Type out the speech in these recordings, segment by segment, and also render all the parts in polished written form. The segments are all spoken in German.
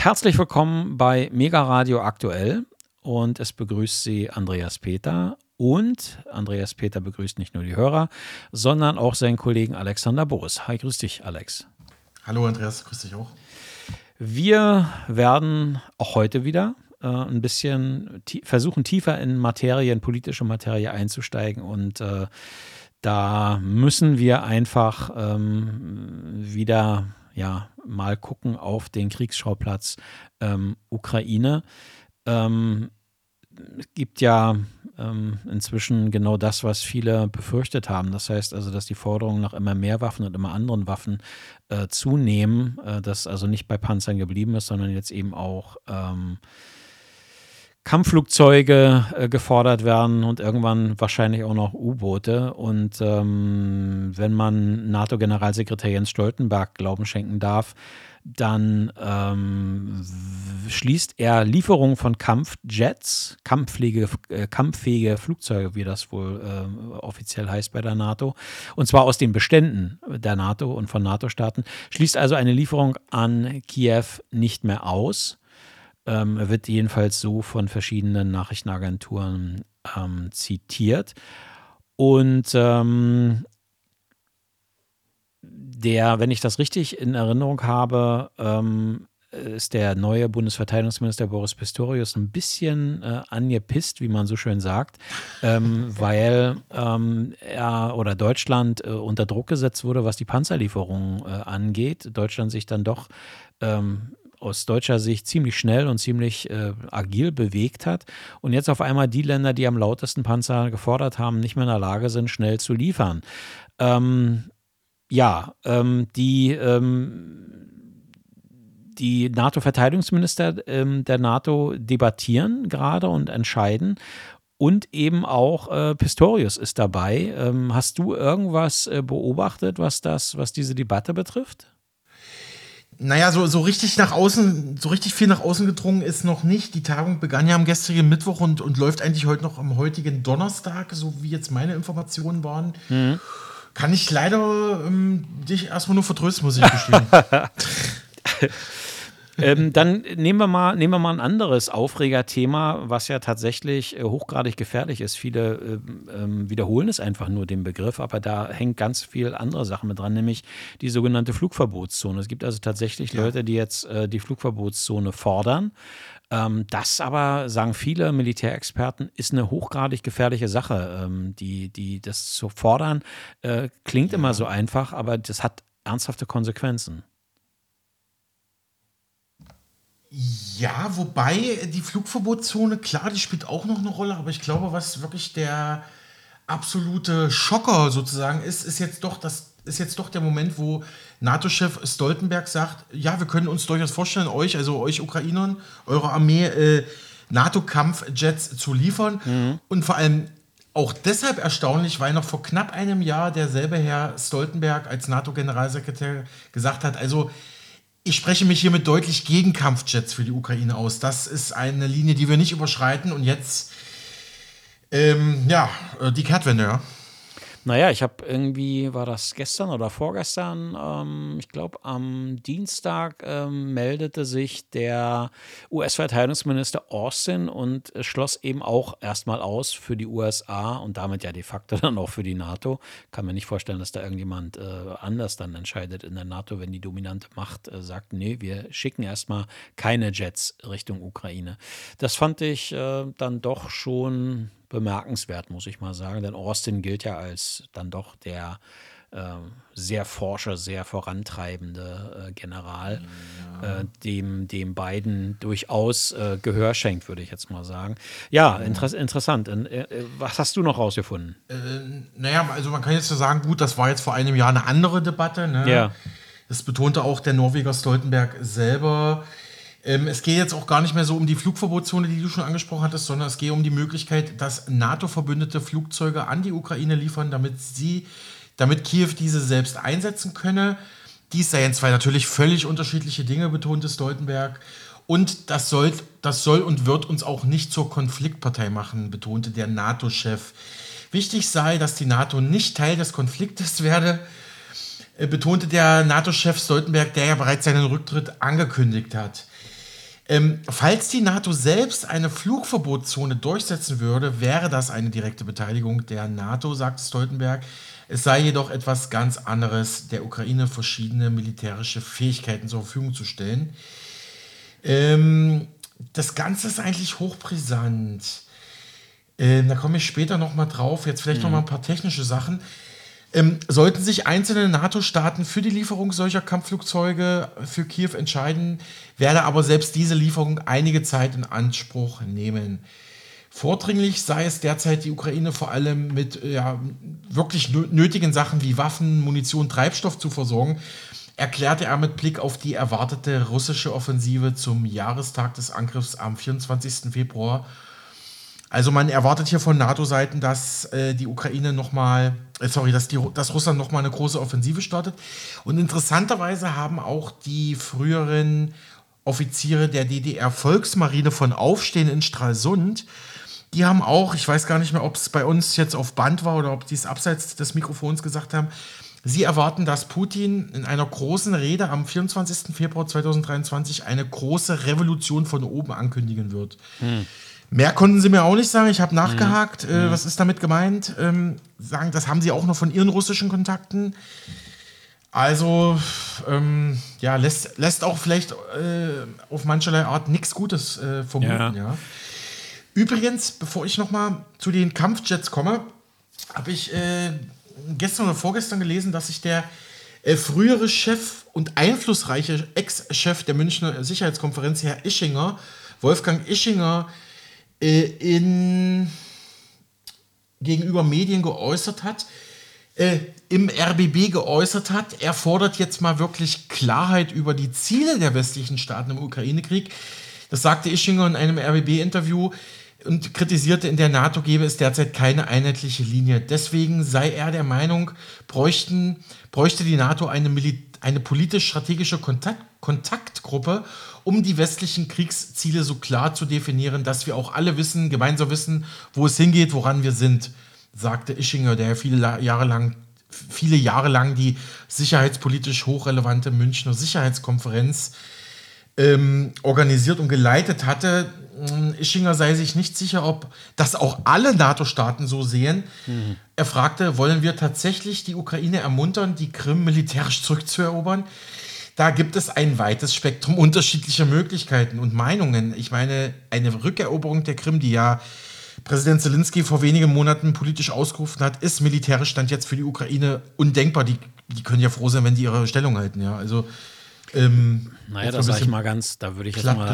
Herzlich willkommen bei Mega Radio Aktuell und es begrüßt Sie Andreas Peter und Andreas Peter begrüßt nicht nur die Hörer, sondern auch seinen Kollegen Alexander Boris. Hi, grüß dich, Alex. Hallo Andreas, grüß dich auch. Wir werden auch heute wieder ein bisschen versuchen, tiefer in politische Materie einzusteigen und da müssen wir einfach wieder mal gucken auf den Kriegsschauplatz Ukraine. Es gibt ja inzwischen genau das, was viele befürchtet haben. Das heißt also, dass die Forderungen nach immer mehr Waffen und immer anderen Waffen zunehmen, dass also nicht bei Panzern geblieben ist, sondern jetzt eben auch Kampfflugzeuge gefordert werden und irgendwann wahrscheinlich auch noch U-Boote. Und wenn man NATO-Generalsekretär Jens Stoltenberg Glauben schenken darf, dann schließt er Lieferungen von Kampfjets, kampffähige Flugzeuge, wie das wohl offiziell heißt bei der NATO, und zwar aus den Beständen der NATO und von NATO-Staaten, schließt also eine Lieferung an Kiew nicht mehr aus. Er wird jedenfalls so von verschiedenen Nachrichtenagenturen zitiert. Und wenn ich das richtig in Erinnerung habe, ist der neue Bundesverteidigungsminister Boris Pistorius ein bisschen angepisst, wie man so schön sagt, weil er oder Deutschland unter Druck gesetzt wurde, was die Panzerlieferungen angeht. Deutschland sich dann doch aus deutscher Sicht ziemlich schnell und ziemlich agil bewegt hat und jetzt auf einmal die Länder, die am lautesten Panzer gefordert haben, nicht mehr in der Lage sind, schnell zu liefern. Die NATO-Verteidigungsminister der NATO debattieren gerade und entscheiden und eben auch Pistorius ist dabei. Hast du irgendwas beobachtet, was diese Debatte betrifft? Naja, so richtig nach außen, so richtig viel nach außen gedrungen ist noch nicht. Die Tagung begann ja am gestrigen Mittwoch und läuft eigentlich heute noch am heutigen Donnerstag, so wie jetzt meine Informationen waren. Mhm. Kann ich leider dich erstmal nur vertrösten, muss ich gestehen. Dann nehmen wir mal ein anderes Aufregerthema, was ja tatsächlich hochgradig gefährlich ist. Viele wiederholen es einfach nur, den Begriff, aber da hängt ganz viel andere Sachen mit dran, nämlich die sogenannte Flugverbotszone. Es gibt also tatsächlich Leute, die jetzt die Flugverbotszone fordern. Das aber, sagen viele Militärexperten, ist eine hochgradig gefährliche Sache. Das zu fordern klingt immer so einfach, aber das hat ernsthafte Konsequenzen. Ja, wobei die Flugverbotszone, klar, die spielt auch noch eine Rolle, aber ich glaube, was wirklich der absolute Schocker sozusagen ist jetzt doch der Moment, wo NATO-Chef Stoltenberg sagt, ja, wir können uns durchaus vorstellen, euch Ukrainern, eurer Armee NATO-Kampfjets zu liefern. Mhm. Und vor allem auch deshalb erstaunlich, weil noch vor knapp einem Jahr derselbe Herr Stoltenberg als NATO-Generalsekretär gesagt hat, also ich spreche mich hiermit deutlich gegen Kampfjets für die Ukraine aus. Das ist eine Linie, die wir nicht überschreiten. Und jetzt, die Kehrtwende, ja. Naja, ich habe irgendwie, war das gestern oder vorgestern, ich glaube am Dienstag meldete sich der US-Verteidigungsminister Austin und schloss eben auch erstmal aus für die USA und damit ja de facto dann auch für die NATO. Kann mir nicht vorstellen, dass da irgendjemand anders dann entscheidet in der NATO, wenn die dominante Macht sagt, nee, wir schicken erstmal keine Jets Richtung Ukraine. Das fand ich dann doch schon bemerkenswert, muss ich mal sagen, denn Austin gilt ja als dann doch der sehr forscher, sehr vorantreibende General, dem Biden durchaus Gehör schenkt, würde ich jetzt mal sagen. Ja, interessant. Was hast du noch rausgefunden? Also man kann jetzt so sagen, gut, das war jetzt vor einem Jahr eine andere Debatte. Ne? Ja. Das betonte auch der Norweger Stoltenberg selber. Es geht jetzt auch gar nicht mehr so um die Flugverbotszone, die du schon angesprochen hattest, sondern es geht um die Möglichkeit, dass NATO-verbündete Flugzeuge an die Ukraine liefern, damit Kiew diese selbst einsetzen könne. Dies seien zwei natürlich völlig unterschiedliche Dinge, betonte Stoltenberg. Und das soll und wird uns auch nicht zur Konfliktpartei machen, betonte der NATO-Chef. Wichtig sei, dass die NATO nicht Teil des Konfliktes werde, betonte der NATO-Chef Stoltenberg, der ja bereits seinen Rücktritt angekündigt hat. Falls die NATO selbst eine Flugverbotszone durchsetzen würde, wäre das eine direkte Beteiligung der NATO, sagt Stoltenberg. Es sei jedoch etwas ganz anderes, der Ukraine verschiedene militärische Fähigkeiten zur Verfügung zu stellen. Das Ganze ist eigentlich hochbrisant. Da komme ich später nochmal drauf. Jetzt vielleicht nochmal ein paar technische Sachen. Sollten sich einzelne NATO-Staaten für die Lieferung solcher Kampfflugzeuge für Kiew entscheiden, werde aber selbst diese Lieferung einige Zeit in Anspruch nehmen. Vordringlich sei es derzeit die Ukraine vor allem mit wirklich nötigen Sachen wie Waffen, Munition, Treibstoff zu versorgen, erklärte er mit Blick auf die erwartete russische Offensive zum Jahrestag des Angriffs am 24. Februar. Also man erwartet hier von NATO-Seiten, dass die Ukraine dass Russland nochmal eine große Offensive startet. Und interessanterweise haben auch die früheren Offiziere der DDR-Volksmarine von Aufstehen in Stralsund, die haben auch, ich weiß gar nicht mehr, ob es bei uns jetzt auf Band war oder ob die es abseits des Mikrofons gesagt haben, sie erwarten, dass Putin in einer großen Rede am 24. Februar 2023 eine große Revolution von oben ankündigen wird. Mehr konnten sie mir auch nicht sagen. Ich habe nachgehakt. Was ist damit gemeint? Sagen, das haben sie auch noch von ihren russischen Kontakten. Also, lässt auch vielleicht auf mancherlei Art nichts Gutes vermuten. Ja. Übrigens, bevor ich nochmal zu den Kampfjets komme, habe ich gestern oder vorgestern gelesen, dass sich der frühere Chef und einflussreiche Ex-Chef der Münchner Sicherheitskonferenz, Herr Ischinger, Wolfgang Ischinger, gegenüber Medien geäußert hat, im RBB geäußert hat, er fordert jetzt mal wirklich Klarheit über die Ziele der westlichen Staaten im Ukraine-Krieg. Das sagte Ischinger in einem RBB-Interview und kritisierte, in der NATO gebe es derzeit keine einheitliche Linie. Deswegen sei er der Meinung, bräuchte die NATO eine politisch-strategische Kontaktgruppe, um die westlichen Kriegsziele so klar zu definieren, dass wir auch alle gemeinsam wissen, wo es hingeht, woran wir sind, sagte Ischinger, der viele Jahre lang die sicherheitspolitisch hochrelevante Münchner Sicherheitskonferenz organisiert und geleitet hatte. Ischinger sei sich nicht sicher, ob das auch alle NATO-Staaten so sehen. Er fragte, wollen wir tatsächlich die Ukraine ermuntern, die Krim militärisch zurückzuerobern? Da gibt es ein weites Spektrum unterschiedlicher Möglichkeiten und Meinungen. Ich meine, eine Rückeroberung der Krim, die ja Präsident Zelensky vor wenigen Monaten politisch ausgerufen hat, ist militärisch Stand jetzt für die Ukraine undenkbar. Die können ja froh sein, wenn die ihre Stellung halten. Ja, also das sage ich mal ganz, da würde ich jetzt mal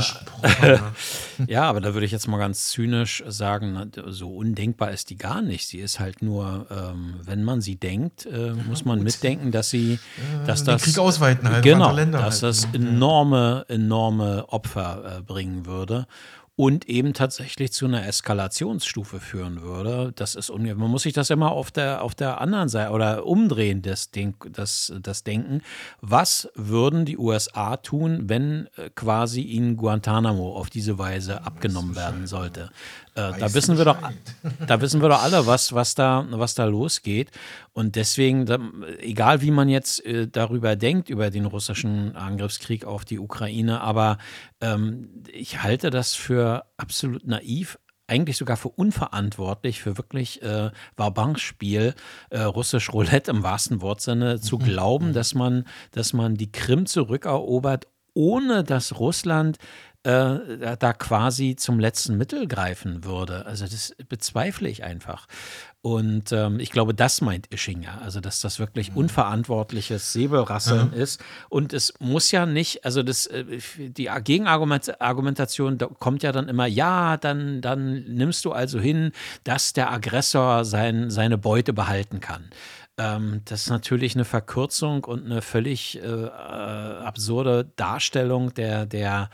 ja, aber da würde ich jetzt mal ganz zynisch sagen, so undenkbar ist die gar nicht. Sie ist halt nur, wenn man sie denkt, muss man mitdenken, dass das den Krieg ausweiten halt, genau, Länder dass halt. das enorme Opfer bringen würde. Und eben tatsächlich zu einer Eskalationsstufe führen würde. Man muss sich das immer auf der anderen Seite oder umdrehen, das Denken. Was würden die USA tun, wenn quasi ihnen Guantanamo auf diese Weise abgenommen werden sollte? Da wissen wir doch alle, was da losgeht. Und deswegen, egal wie man jetzt darüber denkt, über den russischen Angriffskrieg auf die Ukraine, aber ich halte das für absolut naiv, eigentlich sogar für unverantwortlich, für wirklich Vabanque-Spiel, russisch Roulette im wahrsten Wortsinne, zu glauben, dass man die Krim zurückerobert, ohne dass Russland da quasi zum letzten Mittel greifen würde. Also das bezweifle ich einfach. Und ich glaube, das meint Ischinger, also dass das wirklich unverantwortliches Säbelrasseln ist. Und es muss ja nicht, also die Gegenargumentation kommt ja dann immer, ja, dann nimmst du also hin, dass der Aggressor seine Beute behalten kann. Das ist natürlich eine Verkürzung und eine völlig absurde Darstellung der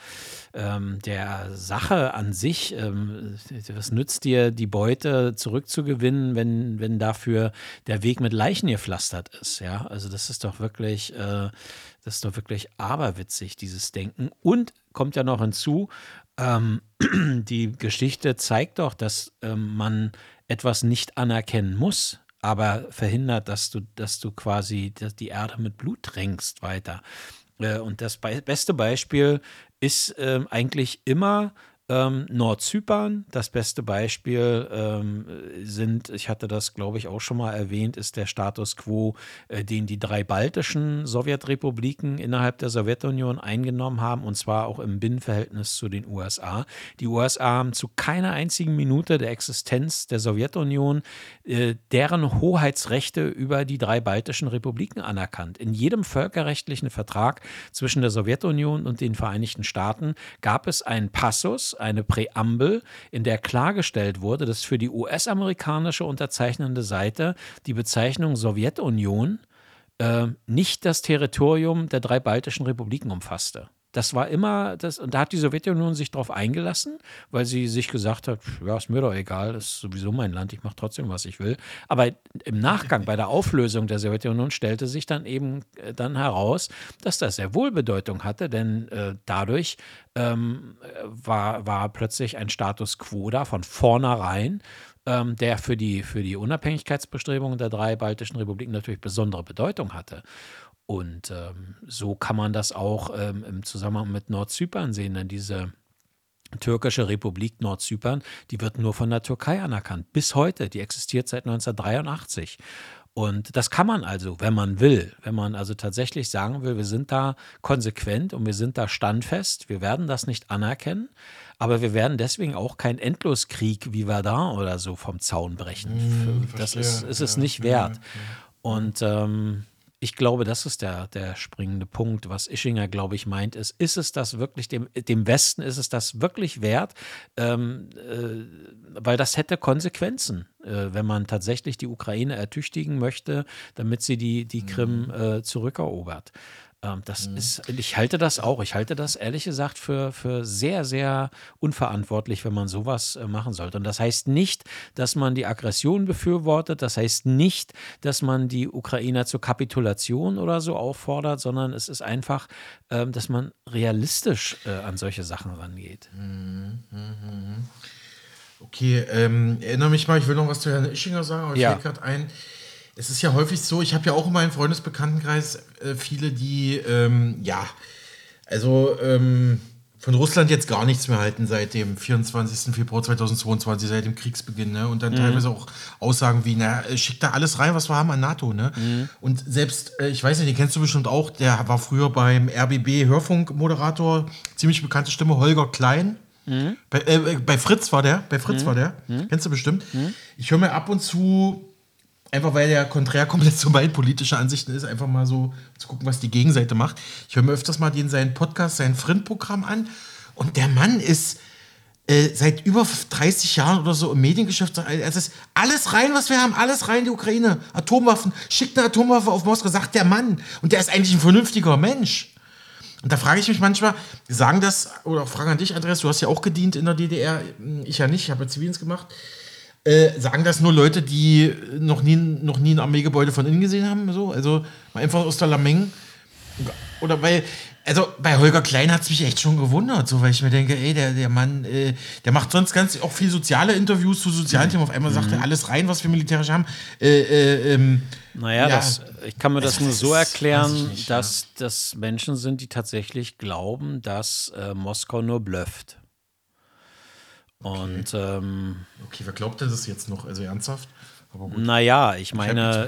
Sache an sich. Was nützt dir, die Beute zurückzugewinnen, wenn dafür der Weg mit Leichen gepflastert ist? Ja, also das ist doch wirklich aberwitzig, dieses Denken. Und kommt ja noch hinzu, die Geschichte zeigt doch, dass man etwas nicht anerkennen muss, aber verhindert, dass du quasi die Erde mit Blut tränkst weiter. Und das beste Beispiel ist eigentlich immer Nordzypern. Das beste Beispiel ich hatte das, glaube ich, auch schon mal erwähnt, ist der Status quo, den die 3 baltischen Sowjetrepubliken innerhalb der Sowjetunion eingenommen haben, und zwar auch im Binnenverhältnis zu den USA. Die USA haben zu keiner einzigen Minute der Existenz der Sowjetunion deren Hoheitsrechte über die 3 baltischen Republiken anerkannt. In jedem völkerrechtlichen Vertrag zwischen der Sowjetunion und den Vereinigten Staaten gab es einen Passus, eine Präambel, in der klargestellt wurde, dass für die US-amerikanische unterzeichnende Seite die Bezeichnung Sowjetunion nicht das Territorium der 3 baltischen Republiken umfasste. Das war immer das, und da hat die Sowjetunion sich darauf eingelassen, weil sie sich gesagt hat, ja, ist mir doch egal, ist sowieso mein Land, ich mache trotzdem, was ich will. Aber im Nachgang, bei der Auflösung der Sowjetunion, stellte sich dann eben dann heraus, dass das sehr wohl Bedeutung hatte, denn dadurch war plötzlich ein Status quo da von vornherein, der für die Unabhängigkeitsbestrebungen der 3 baltischen Republiken natürlich besondere Bedeutung hatte. Und so kann man das auch im Zusammenhang mit Nordzypern sehen, denn diese türkische Republik Nordzypern, die wird nur von der Türkei anerkannt, bis heute. Die existiert seit 1983. Und das kann man also, wenn man will, wenn man also tatsächlich sagen will, wir sind da konsequent und wir sind da standfest, wir werden das nicht anerkennen, aber wir werden deswegen auch keinen Endloskrieg wie Verdun oder so vom Zaun brechen. Das ist es nicht wert. Und ich glaube, das ist der springende Punkt. Was Ischinger, glaube ich, meint, ist es das wirklich, dem Westen ist es das wirklich wert? Weil das hätte Konsequenzen, wenn man tatsächlich die Ukraine ertüchtigen möchte, damit sie die Krim zurückerobert. Ich halte das ehrlich gesagt für sehr, sehr unverantwortlich, wenn man sowas machen sollte. Und das heißt nicht, dass man die Aggression befürwortet, das heißt nicht, dass man die Ukrainer zur Kapitulation oder so auffordert, sondern es ist einfach, dass man realistisch an solche Sachen rangeht. Okay, erinnere mich mal, ich will noch was zu Herrn Ischinger sagen, aber ich fällt gerade ein. Es ist ja häufig so, ich habe ja auch in meinem Freundesbekanntenkreis viele, die, von Russland jetzt gar nichts mehr halten seit dem 24. Februar 2022, seit dem Kriegsbeginn, ne? Und dann teilweise auch Aussagen wie, schickt da alles rein, was wir haben an NATO, ne? Und selbst, ich weiß nicht, den kennst du bestimmt auch, der war früher beim RBB Hörfunkmoderator, ziemlich bekannte Stimme, Holger Klein. Bei Fritz war der, kennst du bestimmt. Ich höre mir ab und zu, einfach weil der konträr komplett zu meinen politischen Ansichten ist, einfach mal so zu gucken, was die Gegenseite macht. Ich höre mir öfters mal seinen Podcast, sein Frint-Programm an, und der Mann ist seit über 30 Jahren oder so im Mediengeschäft. Es ist alles rein, was wir haben, alles rein, die Ukraine. Atomwaffen, schickt eine Atomwaffe auf Moskau, sagt der Mann. Und der ist eigentlich ein vernünftiger Mensch. Und da frage ich mich manchmal, sagen das, oder auch Frage an dich, Andreas, du hast ja auch gedient in der DDR, ich ja nicht, ich habe ja Zivildienst gemacht. Sagen das nur Leute, die noch nie ein Armeegebäude von innen gesehen haben? So? Also einfach aus der Lameng? Oder bei Holger Klein hat es mich echt schon gewundert, so, weil ich mir denke, ey, der Mann, der macht sonst auch viel soziale Interviews zu sozialen Themen. Auf einmal sagt er alles rein, was wir militärisch haben. Ich kann mir das nur so erklären, dass Menschen sind, die tatsächlich glauben, dass Moskau nur blufft. Und okay, wer glaubt denn das jetzt noch? Also ernsthaft? Aber gut. Naja, ich meine,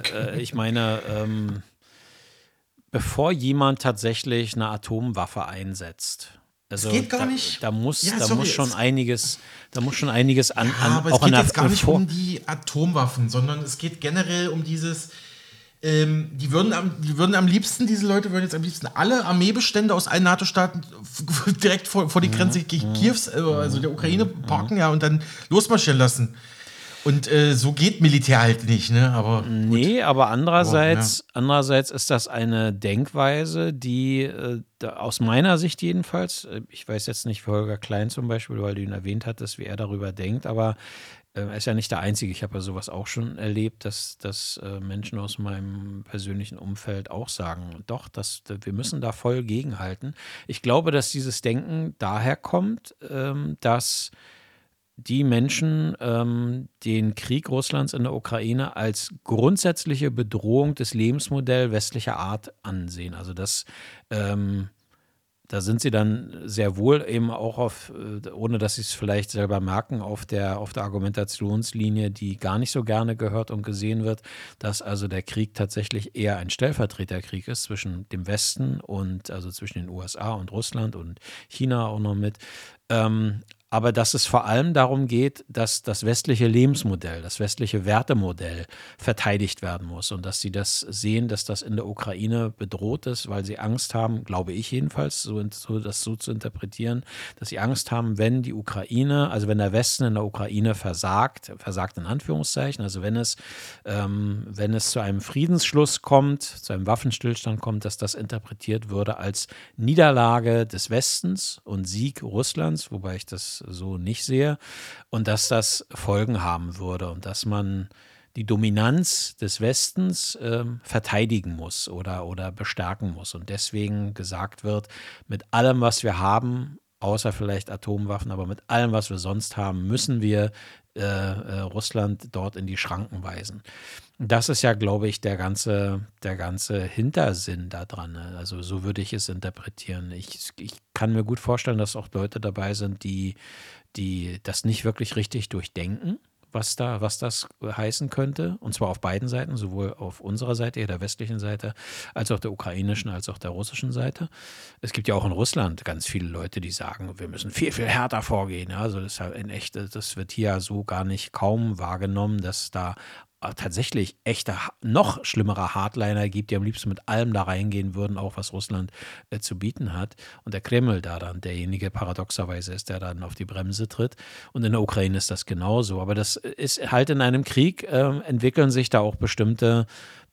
bevor jemand tatsächlich eine Atomwaffe einsetzt, also das geht gar nicht. Da muss schon einiges an. Aber es geht jetzt gar nicht um die Atomwaffen, sondern es geht generell um dieses. Die würden am liebsten, diese Leute würden jetzt am liebsten alle Armeebestände aus allen NATO-Staaten direkt vor die Grenze Kiews, also der Ukraine, parken, und dann losmarschieren lassen. Und so geht Militär halt nicht, ne? Aber andererseits ist das eine Denkweise, die aus meiner Sicht jedenfalls, ich weiß jetzt nicht für Holger Klein zum Beispiel, weil du ihn erwähnt hattest, wie er darüber denkt, aber er ist ja nicht der Einzige. Ich habe ja sowas auch schon erlebt, dass Menschen aus meinem persönlichen Umfeld auch sagen, doch, wir müssen da voll gegenhalten. Ich glaube, dass dieses Denken daher kommt, dass die Menschen den Krieg Russlands in der Ukraine als grundsätzliche Bedrohung des Lebensmodells westlicher Art ansehen. Also dass Da sind sie dann sehr wohl eben auch ohne dass sie es vielleicht selber merken, auf der Argumentationslinie, die gar nicht so gerne gehört und gesehen wird, dass also der Krieg tatsächlich eher ein Stellvertreterkrieg ist zwischen dem Westen und also zwischen den USA und Russland und China auch noch mit. Aber dass es vor allem darum geht, dass das westliche Lebensmodell, das westliche Wertemodell verteidigt werden muss und dass sie das sehen, dass das in der Ukraine bedroht ist, weil sie Angst haben, glaube ich jedenfalls, das so zu interpretieren, dass sie Angst haben, wenn die Ukraine, also wenn der Westen in der Ukraine versagt in Anführungszeichen, also wenn es zu einem Friedensschluss kommt, zu einem Waffenstillstand kommt, dass das interpretiert würde als Niederlage des Westens und Sieg Russlands, wobei ich das so nicht sehe, und dass das Folgen haben würde und dass man die Dominanz des Westens verteidigen muss oder bestärken muss. Und deswegen gesagt wird, mit allem, was wir haben, außer vielleicht Atomwaffen, aber mit allem, was wir sonst haben, müssen wir Russland dort in die Schranken weisen. Das ist ja, glaube ich, der ganze Hintersinn da dran. Ne? Also so würde ich es interpretieren. Ich kann mir gut vorstellen, dass auch Leute dabei sind, die das nicht wirklich richtig durchdenken, was das heißen könnte. Und zwar auf beiden Seiten, sowohl auf unserer Seite, der westlichen Seite, als auch der ukrainischen, als auch der russischen Seite. Es gibt ja auch in Russland ganz viele Leute, die sagen, wir müssen viel, viel härter vorgehen. Ja, also das wird hier so gar nicht kaum wahrgenommen, dass da tatsächlich echte, noch schlimmere Hardliner gibt, die am liebsten mit allem da reingehen würden, auch was Russland zu bieten hat. Und der Kreml da dann derjenige paradoxerweise ist, der dann auf die Bremse tritt. Und in der Ukraine ist das genauso. Aber das ist halt in einem Krieg, entwickeln sich da auch bestimmte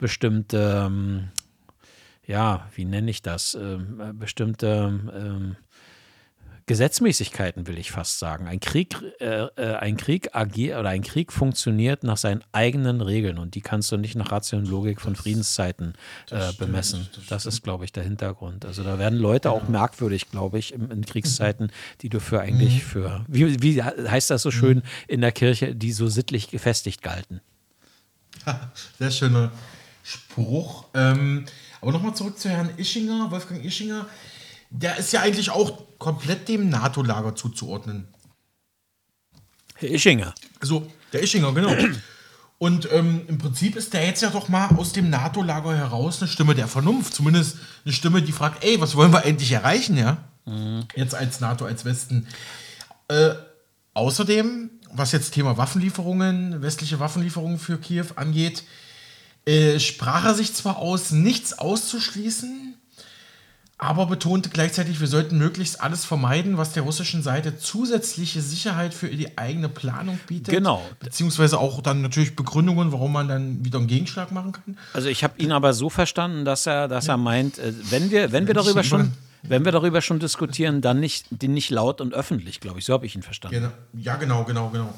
ja, wie nenne ich das? Bestimmte Gesetzmäßigkeiten, will ich fast sagen. Ein Krieg agiert oder ein Krieg funktioniert nach seinen eigenen Regeln und die kannst du nicht nach Ratio und Logik von Friedenszeiten bemessen. Das ist, glaube ich, der Hintergrund. Also da werden Leute auch merkwürdig, glaube ich, in Kriegszeiten, die du für eigentlich wie heißt das so schön in der Kirche, die so sittlich gefestigt galten. Sehr schöner Spruch. Aber nochmal zurück zu Herrn Ischinger, Wolfgang Ischinger. Der ist ja eigentlich auch komplett dem NATO-Lager zuzuordnen. Herr Ischinger. So, der Ischinger, genau. Und im Prinzip ist der jetzt ja doch mal aus dem NATO-Lager heraus eine Stimme der Vernunft. Zumindest eine Stimme, die fragt, ey, was wollen wir endlich erreichen, ja? Jetzt als NATO, als Westen. Außerdem, was jetzt Thema Waffenlieferungen, westliche Waffenlieferungen für Kiew angeht, sprach er sich zwar aus, nichts auszuschließen, aber betonte gleichzeitig, wir sollten möglichst alles vermeiden, was der russischen Seite zusätzliche Sicherheit für die eigene Planung bietet. Genau. Beziehungsweise auch dann natürlich Begründungen, warum man dann wieder einen Gegenschlag machen kann. Also ich habe ihn aber so verstanden, dass er meint, wenn wir darüber schon diskutieren, dann nicht laut und öffentlich, glaube ich. So habe ich ihn verstanden. Genau. Ja, genau.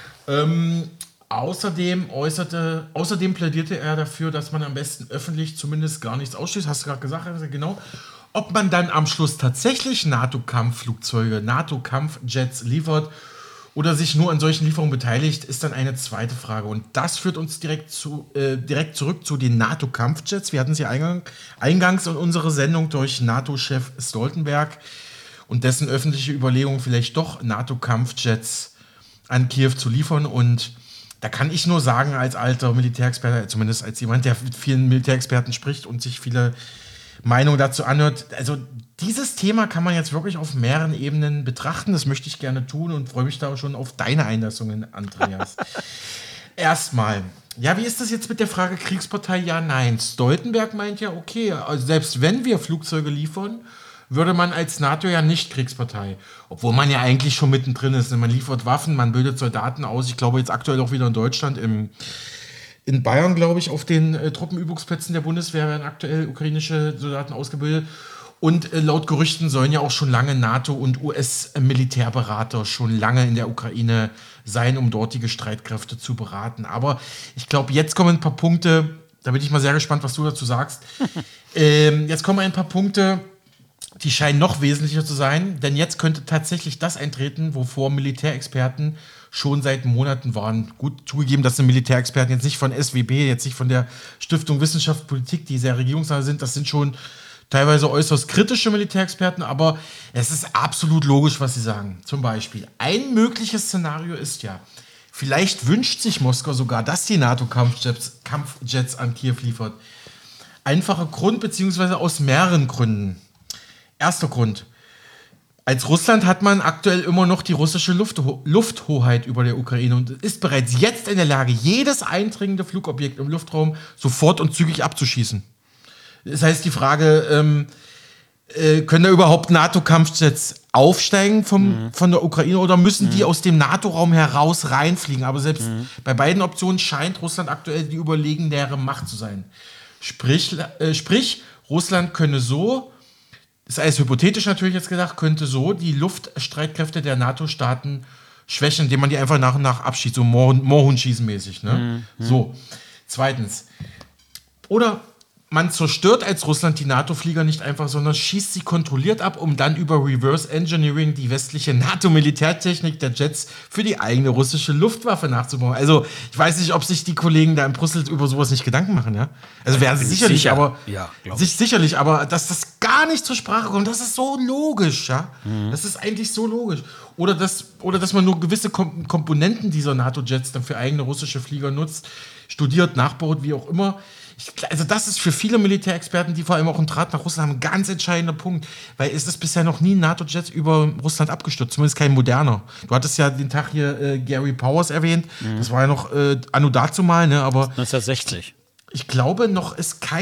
Außerdem plädierte er dafür, dass man am besten öffentlich zumindest gar nichts ausschließt. Hast du gerade gesagt, genau. Ob man dann am Schluss tatsächlich NATO-Kampfflugzeuge, NATO-Kampfjets liefert oder sich nur an solchen Lieferungen beteiligt, ist dann eine zweite Frage. Und das führt uns direkt zurück zu den NATO-Kampfjets. Wir hatten es ja eingangs in unserer Sendung durch NATO-Chef Stoltenberg und dessen öffentliche Überlegung, vielleicht doch NATO-Kampfjets an Kiew zu liefern. Und da kann ich nur sagen, als alter Militärexperte, zumindest als jemand, der mit vielen Militärexperten spricht und sich viele Meinungen dazu anhört, also dieses Thema kann man jetzt wirklich auf mehreren Ebenen betrachten. Das möchte ich gerne tun und freue mich da schon auf deine Einlassungen, Andreas. Erstmal, ja, wie ist das jetzt mit der Frage Kriegspartei? Ja, nein. Stoltenberg meint ja, okay, also selbst wenn wir Flugzeuge liefern, würde man als NATO ja nicht Kriegspartei. Obwohl man ja eigentlich schon mittendrin ist. Man liefert Waffen, man bildet Soldaten aus. Ich glaube jetzt aktuell auch wieder in Deutschland, in Bayern, glaube ich, auf den Truppenübungsplätzen der Bundeswehr werden aktuell ukrainische Soldaten ausgebildet. Und laut Gerüchten sollen ja auch schon lange NATO- und US-Militärberater schon lange in der Ukraine sein, um dortige Streitkräfte zu beraten. Aber ich glaube, jetzt kommen ein paar Punkte, da bin ich mal sehr gespannt, was du dazu sagst. Jetzt kommen ein paar Punkte, die scheinen noch wesentlicher zu sein, denn jetzt könnte tatsächlich das eintreten, wovor Militärexperten schon seit Monaten waren. Gut, zugegeben, das sind Militärexperten jetzt nicht von SWB, jetzt nicht von der Stiftung Wissenschaft Politik, die sehr regierungsnah sind, das sind schon teilweise äußerst kritische Militärexperten, aber es ist absolut logisch, was sie sagen. Zum Beispiel, ein mögliches Szenario ist ja, vielleicht wünscht sich Moskau sogar, dass die NATO Kampfjets an Kiew liefert. Einfacher Grund, beziehungsweise aus mehreren Gründen. Erster Grund. Als Russland hat man aktuell immer noch die russische Lufthoheit über der Ukraine und ist bereits jetzt in der Lage, jedes eindringende Flugobjekt im Luftraum sofort und zügig abzuschießen. Das heißt, die Frage, können da überhaupt NATO-Kampfjets aufsteigen von der Ukraine oder müssen die aus dem NATO-Raum heraus reinfliegen? Aber selbst bei beiden Optionen scheint Russland aktuell die überlegenere Macht zu sein. Sprich, Russland könne so, das ist alles hypothetisch natürlich jetzt gedacht, könnte so die Luftstreitkräfte der NATO-Staaten schwächen, indem man die einfach nach und nach abschießt, so Moorhuhn-schießen-mäßig. Ne? So, zweitens. Oder man zerstört als Russland die NATO-Flieger nicht einfach, sondern schießt sie kontrolliert ab, um dann über Reverse Engineering die westliche NATO-Militärtechnik der Jets für die eigene russische Luftwaffe nachzubauen. Also ich weiß nicht, ob sich die Kollegen da in Brüssel über sowas nicht Gedanken machen, ja? Also werden sie sicherlich, sicher. Aber ja, sicherlich, aber dass das gar nicht zur Sprache kommt, das ist so logisch, ja? Das ist eigentlich so logisch. Oder dass man nur gewisse Komponenten dieser NATO-Jets dann für eigene russische Flieger nutzt, studiert, nachbaut, wie auch immer. Also das ist für viele Militärexperten, die vor allem auch einen Draht nach Russland haben, ein ganz entscheidender Punkt, weil es ist bisher noch nie ein NATO-Jet über Russland abgestürzt, zumindest kein moderner. Du hattest ja den Tag hier Gary Powers erwähnt, das war ja noch anno dazumal, ne, aber 1960. Ich glaube noch,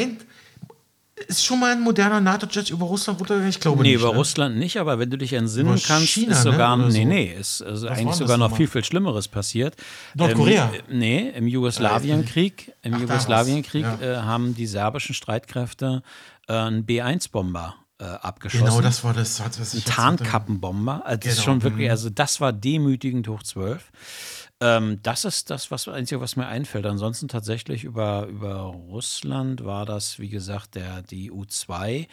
ist schon mal ein moderner NATO-Jet über Russland runtergegangen? Ich glaube nicht. Nee, über Russland nicht, aber wenn du dich entsinnen über kannst, China, ist sogar, ne? ist eigentlich sogar noch viel, viel Schlimmeres passiert. Nordkorea? Im Jugoslawienkrieg. Haben die serbischen Streitkräfte einen B-1-Bomber abgeschossen. Genau, das war das. Ein Tarnkappenbomber. Also das ist schon wirklich, also das war demütigend hoch 12. Das ist das Einzige, was mir einfällt. Ansonsten tatsächlich über Russland war das, wie gesagt, die U2.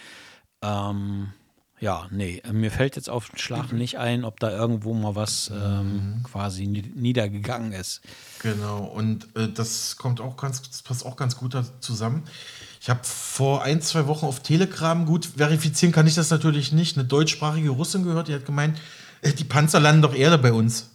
Mir fällt jetzt auf den Schlag nicht ein, ob da irgendwo mal was quasi niedergegangen ist. Genau, und das passt auch ganz gut da zusammen. Ich habe vor 1-2 Wochen auf Telegram, gut, verifizieren kann ich das natürlich nicht, eine deutschsprachige Russin gehört, die hat gemeint, die Panzer landen doch eher bei uns.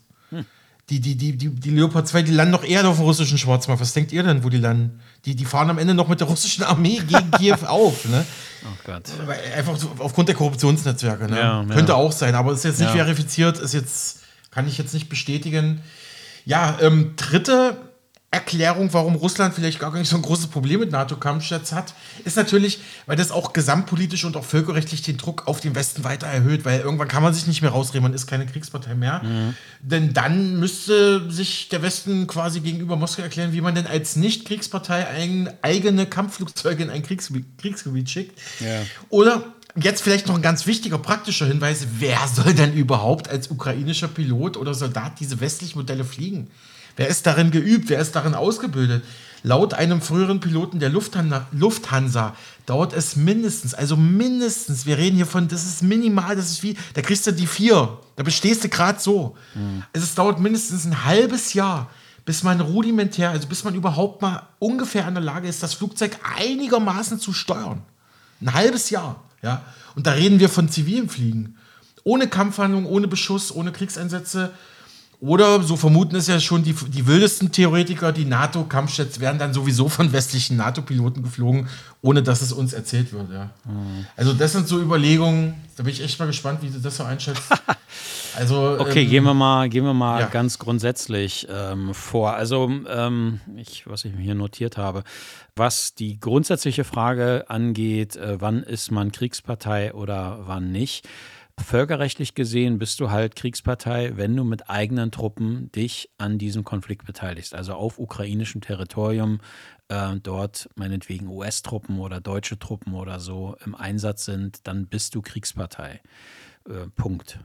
Die Leopard 2, die landen doch eher auf dem russischen Schwarzmarkt. Was denkt ihr denn, wo die landen? Die fahren am Ende noch mit der russischen Armee gegen Kiew auf, ne? Oh Gott. Einfach so aufgrund der Korruptionsnetzwerke, ne? Ja. Könnte auch sein, aber ist jetzt nicht verifiziert, kann ich jetzt nicht bestätigen. Ja, dritte Erklärung, warum Russland vielleicht gar nicht so ein großes Problem mit NATO-Kampfjets hat, ist natürlich, weil das auch gesamtpolitisch und auch völkerrechtlich den Druck auf den Westen weiter erhöht, weil irgendwann kann man sich nicht mehr rausreden, man ist keine Kriegspartei mehr. Denn dann müsste sich der Westen quasi gegenüber Moskau erklären, wie man denn als Nicht-Kriegspartei eigene Kampfflugzeuge in ein Kriegsgebiet schickt. Ja. Oder jetzt vielleicht noch ein ganz wichtiger praktischer Hinweis, wer soll denn überhaupt als ukrainischer Pilot oder Soldat diese westlichen Modelle fliegen? Wer ist darin geübt? Wer ist darin ausgebildet? Laut einem früheren Piloten der Lufthansa dauert es mindestens, wir reden hier von, das ist minimal, das ist wie, da kriegst du die 4, da bestehst du gerade so. Es dauert mindestens ein halbes Jahr, bis man rudimentär, also bis man überhaupt mal ungefähr in der Lage ist, das Flugzeug einigermaßen zu steuern. Ein halbes Jahr, ja. Und da reden wir von zivilem Fliegen. Ohne Kampfhandlungen, ohne Beschuss, ohne Kriegseinsätze. Oder, so vermuten es ja schon die wildesten Theoretiker, die NATO-Kampfjets werden dann sowieso von westlichen NATO-Piloten geflogen, ohne dass es uns erzählt wird. Ja. Also das sind so Überlegungen, da bin ich echt mal gespannt, wie du das so einschätzt. Also, okay, gehen wir mal ganz grundsätzlich vor. Also, was ich mir hier notiert habe, was die grundsätzliche Frage angeht, wann ist man Kriegspartei oder wann nicht. Völkerrechtlich gesehen bist du halt Kriegspartei, wenn du mit eigenen Truppen dich an diesem Konflikt beteiligst. Also auf ukrainischem Territorium dort meinetwegen US-Truppen oder deutsche Truppen oder so im Einsatz sind, dann bist du Kriegspartei. Punkt.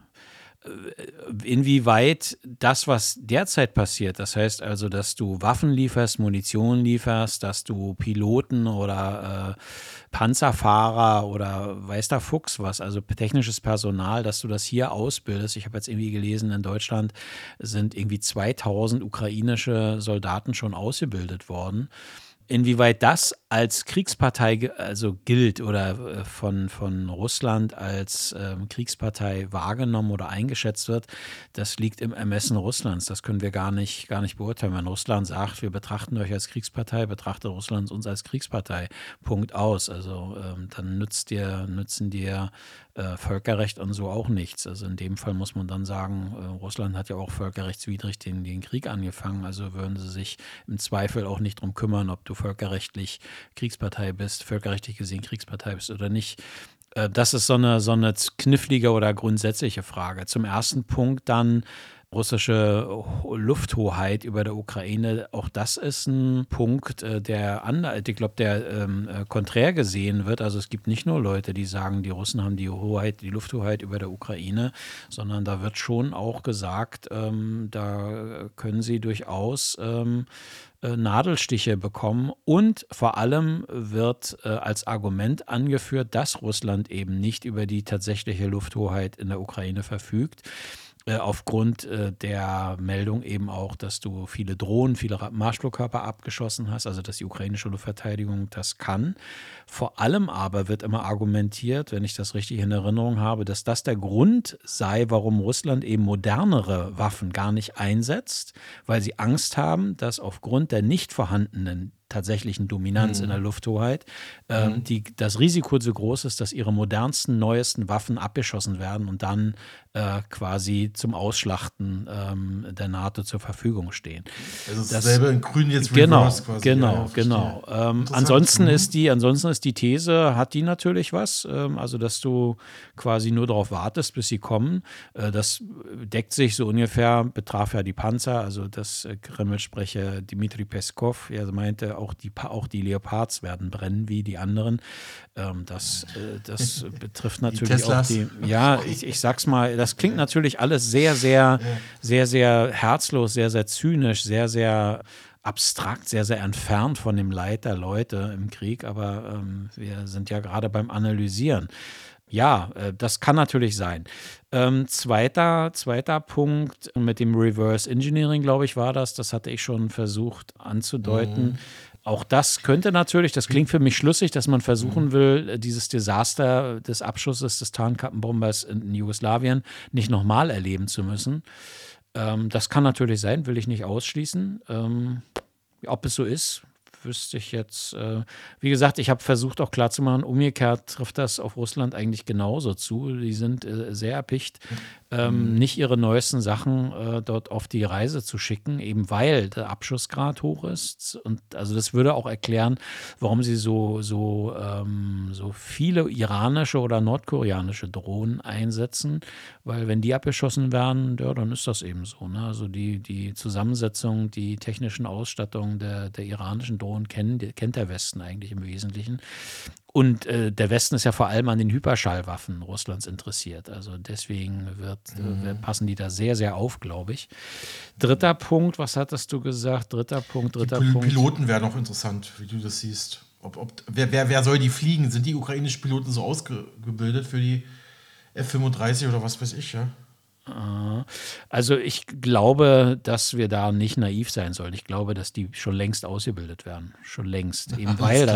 Inwieweit das, was derzeit passiert, das heißt also, dass du Waffen lieferst, Munition lieferst, dass du Piloten oder Panzerfahrer oder weiß der Fuchs was, also technisches Personal, dass du das hier ausbildest. Ich habe jetzt irgendwie gelesen, in Deutschland sind irgendwie 2000 ukrainische Soldaten schon ausgebildet worden. Inwieweit das als Kriegspartei also gilt oder von Russland als Kriegspartei wahrgenommen oder eingeschätzt wird, das liegt im Ermessen Russlands. Das können wir gar nicht beurteilen. Wenn Russland sagt, wir betrachten euch als Kriegspartei, betrachtet Russland uns als Kriegspartei. Punkt aus. Also dann nützen dir Völkerrecht und so auch nichts. Also in dem Fall muss man dann sagen, Russland hat ja auch völkerrechtswidrig den Krieg angefangen. Also würden sie sich im Zweifel auch nicht drum kümmern, ob du völkerrechtlich völkerrechtlich gesehen Kriegspartei bist oder nicht. Das ist so eine knifflige oder grundsätzliche Frage. Zum ersten Punkt dann russische Lufthoheit über der Ukraine, auch das ist ein Punkt, ich glaube, der konträr gesehen wird. Also es gibt nicht nur Leute, die sagen, die Russen haben die Lufthoheit über der Ukraine, sondern da wird schon auch gesagt, da können sie durchaus Nadelstiche bekommen und vor allem wird als Argument angeführt, dass Russland eben nicht über die tatsächliche Lufthoheit in der Ukraine verfügt. Aufgrund der Meldung eben auch, dass du viele Drohnen, viele Marschflugkörper abgeschossen hast, also dass die ukrainische Luftverteidigung das kann. Vor allem aber wird immer argumentiert, wenn ich das richtig in Erinnerung habe, dass das der Grund sei, warum Russland eben modernere Waffen gar nicht einsetzt, weil sie Angst haben, dass aufgrund der nicht vorhandenen tatsächlichen Dominanz in der Lufthoheit, das Risiko so groß ist, dass ihre modernsten, neuesten Waffen abgeschossen werden und dann quasi zum Ausschlachten der NATO zur Verfügung stehen. Also dasselbe in Grün jetzt reverse quasi. Genau. Ansonsten ist die These, hat die natürlich was, also dass du quasi nur darauf wartest, bis sie kommen. Das deckt sich so ungefähr, betraf ja die Panzer, also das Kreml-Sprecher Dmitri Peskov, er meinte, auch die Leopards werden brennen wie die anderen. Das betrifft natürlich auch die, ich sag's mal, das klingt natürlich alles sehr, sehr, sehr, sehr herzlos, sehr, sehr zynisch, sehr, sehr abstrakt, sehr, sehr entfernt von dem Leid der Leute im Krieg, aber wir sind ja gerade beim Analysieren. Ja, das kann natürlich sein. Zweiter Punkt mit dem Reverse Engineering, glaube ich, war das hatte ich schon versucht anzudeuten. Auch das könnte natürlich, das klingt für mich schlüssig, dass man versuchen will, dieses Desaster des Abschusses des Tarnkappenbombers in Jugoslawien nicht nochmal erleben zu müssen. Das kann natürlich sein, will ich nicht ausschließen. Ob es so ist, wüsste ich jetzt. Wie gesagt, ich habe versucht auch klarzumachen, umgekehrt trifft das auf Russland eigentlich genauso zu. Die sind sehr erpicht, nicht ihre neuesten Sachen dort auf die Reise zu schicken, eben weil der Abschussgrad hoch ist. Und also das würde auch erklären, warum sie so viele iranische oder nordkoreanische Drohnen einsetzen, weil wenn die abgeschossen werden, ja, dann ist das eben so. Ne? Also die Zusammensetzung, die technischen Ausstattungen der iranischen Drohnen kennt der Westen eigentlich im Wesentlichen. Und der Westen ist ja vor allem an den Hyperschallwaffen Russlands interessiert. Also deswegen passen die da sehr, sehr auf, glaube ich. Dritter Punkt, was hattest du gesagt? Dritter Punkt. Piloten wäre noch interessant, wie du das siehst. Wer soll die fliegen? Sind die ukrainischen Piloten so ausgebildet für die F-35 oder was weiß ich, ja? Also ich glaube, dass wir da nicht naiv sein sollen. Ich glaube, dass die schon längst ausgebildet werden. Schon längst. Eben weil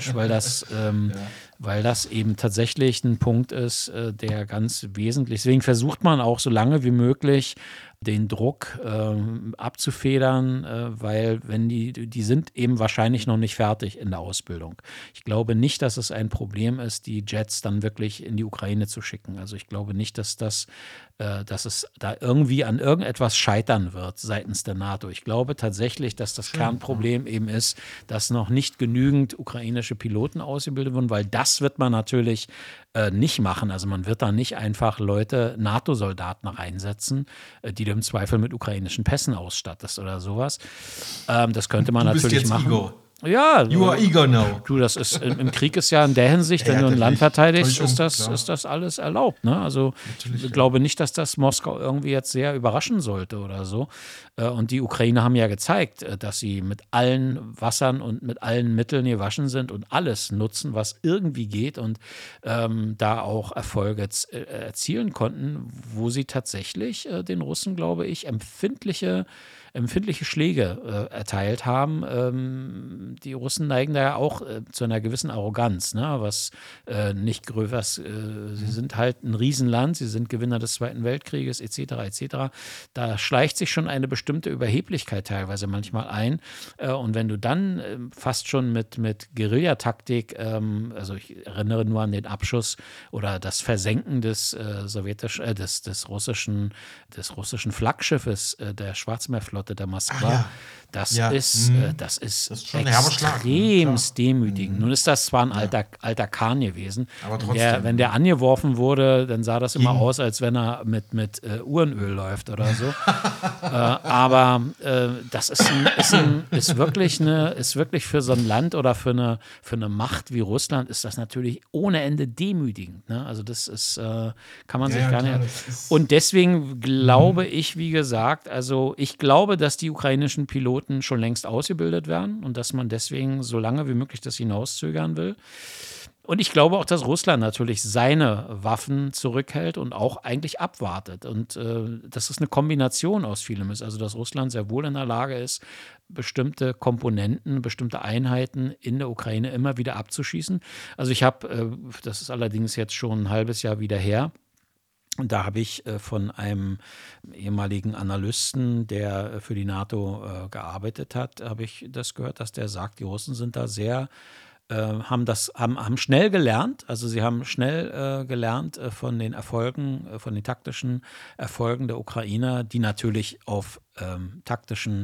das eben tatsächlich ein Punkt ist, der ganz wesentlich. Deswegen versucht man auch so lange wie möglich den Druck abzufedern, weil wenn die sind eben wahrscheinlich noch nicht fertig in der Ausbildung. Ich glaube nicht, dass es ein Problem ist, die Jets dann wirklich in die Ukraine zu schicken. Also ich glaube nicht, dass es da irgendwie an irgendetwas scheitern wird seitens der NATO. Ich glaube tatsächlich, dass das Kernproblem eben ist, dass noch nicht genügend ukrainische Piloten ausgebildet wurden, weil das wird man natürlich nicht machen. Also man wird da nicht einfach NATO-Soldaten reinsetzen, die du im Zweifel mit ukrainischen Pässen ausstattest oder sowas. Das könnte man natürlich machen. Igor. Ja, you are eager now. Du, das ist im Krieg ist ja in der Hinsicht, wenn du ein Land verteidigst, ist das alles erlaubt. Ne? Also ich glaube nicht, dass das Moskau irgendwie jetzt sehr überraschen sollte oder so. Und die Ukrainer haben ja gezeigt, dass sie mit allen Wassern und mit allen Mitteln gewaschen sind und alles nutzen, was irgendwie geht und da auch Erfolge erzielen konnten, wo sie tatsächlich den Russen, glaube ich, empfindliche Schläge erteilt haben, die Russen neigen da ja auch zu einer gewissen Arroganz, ne? Sie sind halt ein Riesenland, sie sind Gewinner des Zweiten Weltkrieges etc. etc. Da schleicht sich schon eine bestimmte Überheblichkeit teilweise manchmal ein. Und wenn du dann fast schon mit Guerillataktik, also ich erinnere nur an den Abschuss oder das Versenken des russischen Flaggschiffes der Schwarzmeerflotte, der Moskwa, das ist schon ein herber Schlag, extremst demütigend. Nun ist das zwar ein alter Kahn gewesen, aber trotzdem. wenn der angeworfen wurde, dann sah das immer aus, als wenn er mit Uhrenöl läuft oder so. Aber das ist wirklich für so ein Land oder für eine Macht wie Russland ist das natürlich ohne Ende demütigend. Ne? Also das ist, kann man sich gar nicht. Und deswegen glaube ich, wie gesagt, also ich glaube, dass die ukrainischen Piloten schon längst ausgebildet werden und dass man deswegen so lange wie möglich das hinauszögern will. Und ich glaube auch, dass Russland natürlich seine Waffen zurückhält und auch eigentlich abwartet. Und dass es eine Kombination aus vielem ist. Also dass Russland sehr wohl in der Lage ist, bestimmte Komponenten, bestimmte Einheiten in der Ukraine immer wieder abzuschießen. Also ich habe, das ist allerdings jetzt schon ein halbes Jahr wieder her, und da habe ich von einem ehemaligen Analysten, der für die NATO gearbeitet hat, habe ich das gehört, dass der sagt, die Russen sind da sehr haben schnell gelernt, also sie haben schnell gelernt von den Erfolgen, von den taktischen Erfolgen der Ukrainer, die natürlich auf taktische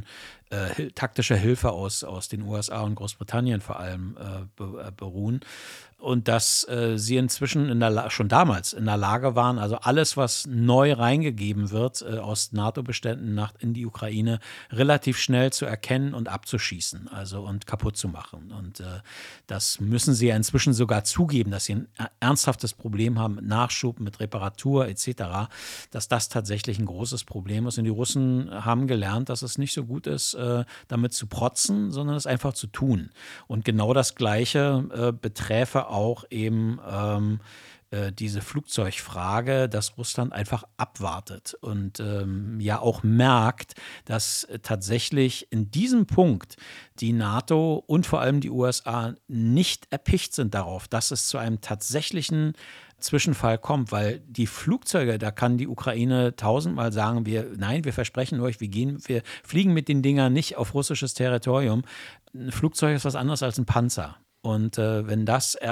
Hilfe aus den USA und Großbritannien vor allem beruhen. Und dass sie inzwischen schon damals in der Lage waren, also alles, was neu reingegeben wird aus NATO-Beständen in die Ukraine, relativ schnell zu erkennen und abzuschießen, also und kaputt zu machen. Und das müssen sie ja inzwischen sogar zugeben, dass sie ein ernsthaftes Problem haben mit Nachschub, mit Reparatur etc., dass das tatsächlich ein großes Problem ist. Und die Russen haben gelernt, dass es nicht so gut ist, damit zu protzen, sondern es einfach zu tun. Und genau das Gleiche beträfe auch eben diese Flugzeugfrage, dass Russland einfach abwartet und ja auch merkt, dass tatsächlich in diesem Punkt die NATO und vor allem die USA nicht erpicht sind darauf, dass es zu einem tatsächlichen Zwischenfall kommt, weil die Flugzeuge, da kann die Ukraine tausendmal sagen, wir versprechen euch, wir fliegen mit den Dingern nicht auf russisches Territorium. Ein Flugzeug ist was anderes als ein Panzer. Und wenn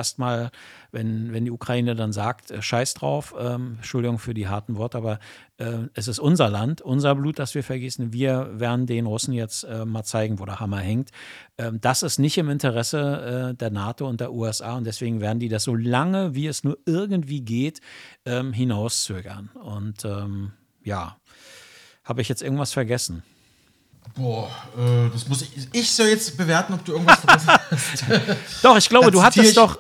die Ukraine dann sagt, scheiß drauf, Entschuldigung für die harten Worte, aber es ist unser Land, unser Blut, das wir vergießen, wir werden den Russen jetzt mal zeigen, wo der Hammer hängt. Das ist nicht im Interesse der NATO und der USA und deswegen werden die das so lange, wie es nur irgendwie geht, hinauszögern. Und habe ich jetzt irgendwas vergessen? Boah, das muss ich soll jetzt bewerten, ob du irgendwas vergessen hast. Doch, ich glaube, du hattest doch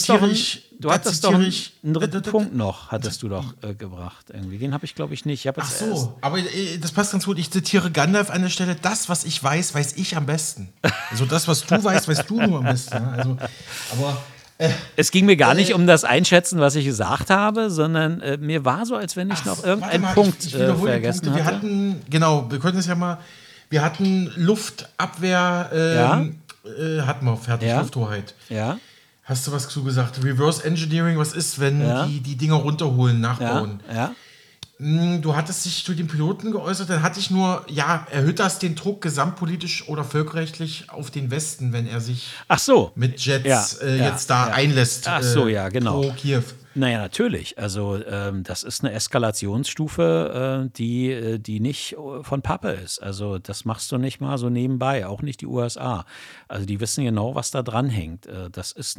einen dritten Punkt noch, hattest du doch gebracht irgendwie. Den habe ich, glaube ich, nicht. Ach so, aber das passt ganz gut. Ich zitiere Gandalf an der Stelle, das, was ich weiß, weiß ich am besten. Also das, was du weißt, weißt du nur am besten. Also, aber es ging mir gar nicht um das Einschätzen, was ich gesagt habe, sondern mir war so, als wenn ich noch irgendeinen Punkt vergessen hatte. Wir können es ja mal. Wir hatten Luftabwehr, hatten wir fertig, Lufthoheit. Ja. Hast du was zu gesagt? Reverse Engineering, was ist, wenn die Dinger runterholen, nachbauen? Ja. Du hattest dich zu den Piloten geäußert, dann hatte ich nur, erhöht das den Druck gesamtpolitisch oder völkerrechtlich auf den Westen, wenn er sich mit Jets jetzt einlässt? Ach so, ja, genau. Pro Kiew. Naja, natürlich. Also das ist eine Eskalationsstufe, die nicht von Pappe ist. Also das machst du nicht mal so nebenbei, auch nicht die USA. Also die wissen genau, was da dran hängt. Das ist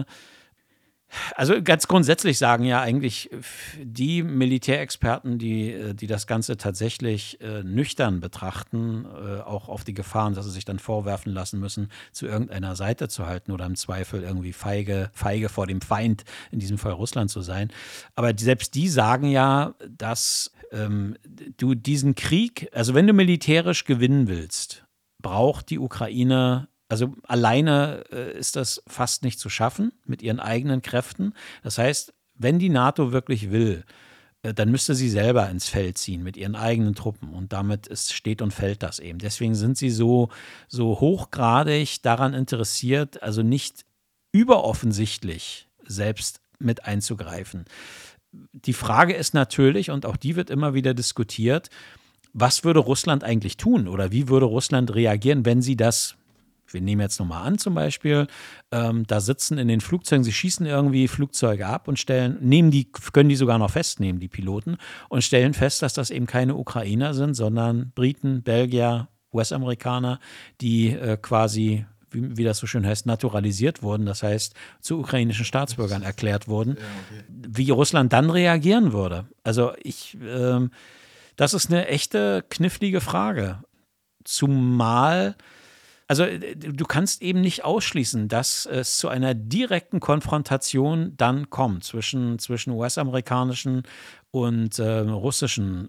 also ganz grundsätzlich sagen ja eigentlich die Militärexperten, die das Ganze tatsächlich nüchtern betrachten, auch auf die Gefahren, dass sie sich dann vorwerfen lassen müssen, zu irgendeiner Seite zu halten oder im Zweifel irgendwie feige vor dem Feind, in diesem Fall Russland zu sein. Aber selbst die sagen ja, dass du diesen Krieg, also wenn du militärisch gewinnen willst, braucht die Ukraine. Also alleine ist das fast nicht zu schaffen mit ihren eigenen Kräften. Das heißt, wenn die NATO wirklich will, dann müsste sie selber ins Feld ziehen mit ihren eigenen Truppen. Und damit steht und fällt das eben. Deswegen sind sie so hochgradig daran interessiert, also nicht überoffensichtlich selbst mit einzugreifen. Die Frage ist natürlich, und auch die wird immer wieder diskutiert, was würde Russland eigentlich tun oder wie würde Russland reagieren, wenn sie das, wir nehmen jetzt nochmal an zum Beispiel, da sitzen in den Flugzeugen, sie schießen irgendwie Flugzeuge ab und können die sogar noch festnehmen, die Piloten, und stellen fest, dass das eben keine Ukrainer sind, sondern Briten, Belgier, US-Amerikaner, die quasi, wie das so schön heißt, naturalisiert wurden, das heißt zu ukrainischen Staatsbürgern erklärt wurden, wie Russland dann reagieren würde. Also das ist eine echte knifflige Frage. Zumal, also du kannst eben nicht ausschließen, dass es zu einer direkten Konfrontation dann kommt zwischen US-amerikanischen und russischen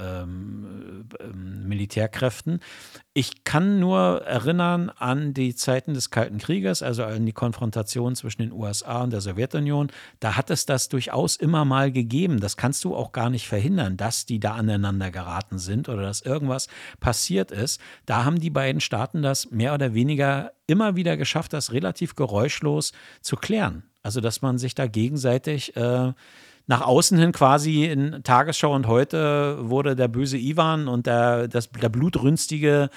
Militärkräften. Ich kann nur erinnern an die Zeiten des Kalten Krieges, also an die Konfrontation zwischen den USA und der Sowjetunion. Da hat es das durchaus immer mal gegeben. Das kannst du auch gar nicht verhindern, dass die da aneinander geraten sind oder dass irgendwas passiert ist. Da haben die beiden Staaten das mehr oder weniger immer wieder geschafft, das relativ geräuschlos zu klären. Also dass man sich da gegenseitig nach außen hin quasi in Tagesschau und Heute wurde der böse Iwan und die blutrünstige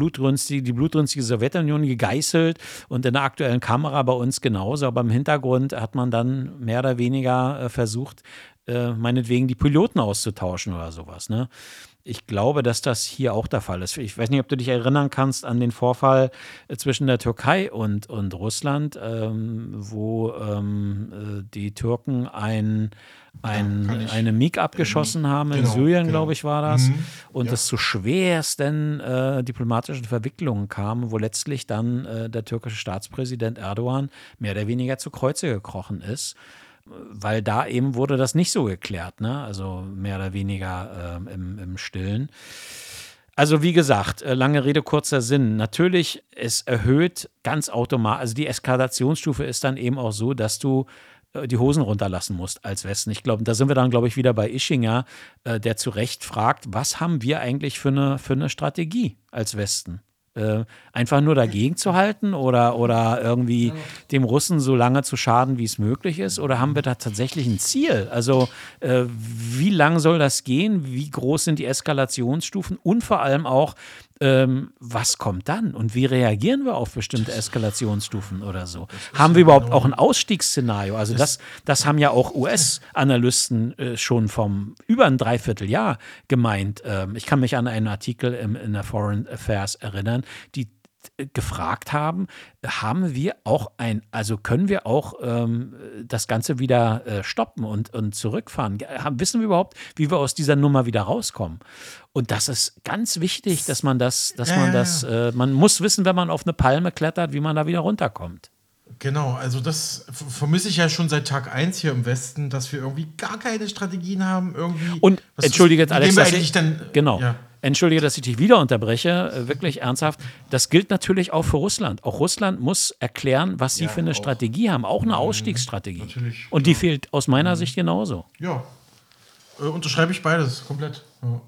Sowjetunion gegeißelt und in der aktuellen Kamera bei uns genauso. Aber im Hintergrund hat man dann mehr oder weniger versucht, meinetwegen die Piloten auszutauschen oder sowas, ne? Ich glaube, dass das hier auch der Fall ist. Ich weiß nicht, ob du dich erinnern kannst an den Vorfall zwischen der Türkei und Russland, wo die Türken eine MiG abgeschossen haben. In Syrien, glaube ich, war das. Und es zu schwersten diplomatischen Verwicklungen kam, wo letztlich dann der türkische Staatspräsident Erdogan mehr oder weniger zu Kreuze gekrochen ist. Weil da eben wurde das nicht so geklärt, ne? Also mehr oder weniger im Stillen. Also wie gesagt, lange Rede, kurzer Sinn. Natürlich, es erhöht ganz automatisch, also die Eskalationsstufe ist dann eben auch so, dass du die Hosen runterlassen musst als Westen. Ich glaube, da sind wir dann, glaube ich, wieder bei Ischinger, der zu Recht fragt, was haben wir eigentlich für eine Strategie als Westen? Einfach nur dagegen zu halten oder irgendwie dem Russen so lange zu schaden, wie es möglich ist? Oder haben wir da tatsächlich ein Ziel? Also wie lang soll das gehen? Wie groß sind die Eskalationsstufen? Und vor allem auch, was kommt dann? Und wie reagieren wir auf bestimmte Eskalationsstufen oder so? Haben wir überhaupt auch ein Ausstiegsszenario? Also das haben ja auch US-Analysten schon vom über ein Dreivierteljahr gemeint. Ich kann mich an einen Artikel in der Foreign Affairs erinnern, die gefragt haben wir auch können wir auch das Ganze wieder stoppen und zurückfahren? Wissen wir überhaupt, wie wir aus dieser Nummer wieder rauskommen? Und das ist ganz wichtig, dass man man muss wissen, wenn man auf eine Palme klettert, wie man da wieder runterkommt. Genau, also das vermisse ich ja schon seit Tag 1 hier im Westen, dass wir irgendwie gar keine Strategien haben, irgendwie. Und entschuldige jetzt, Alex, Ja. Entschuldige, dass ich dich wieder unterbreche, wirklich ernsthaft. Das gilt natürlich auch für Russland. Auch Russland muss erklären, was sie für eine Strategie haben, auch eine Ausstiegsstrategie. Natürlich, und die fehlt aus meiner Sicht genauso. Ja, unterschreibe ich beides, komplett.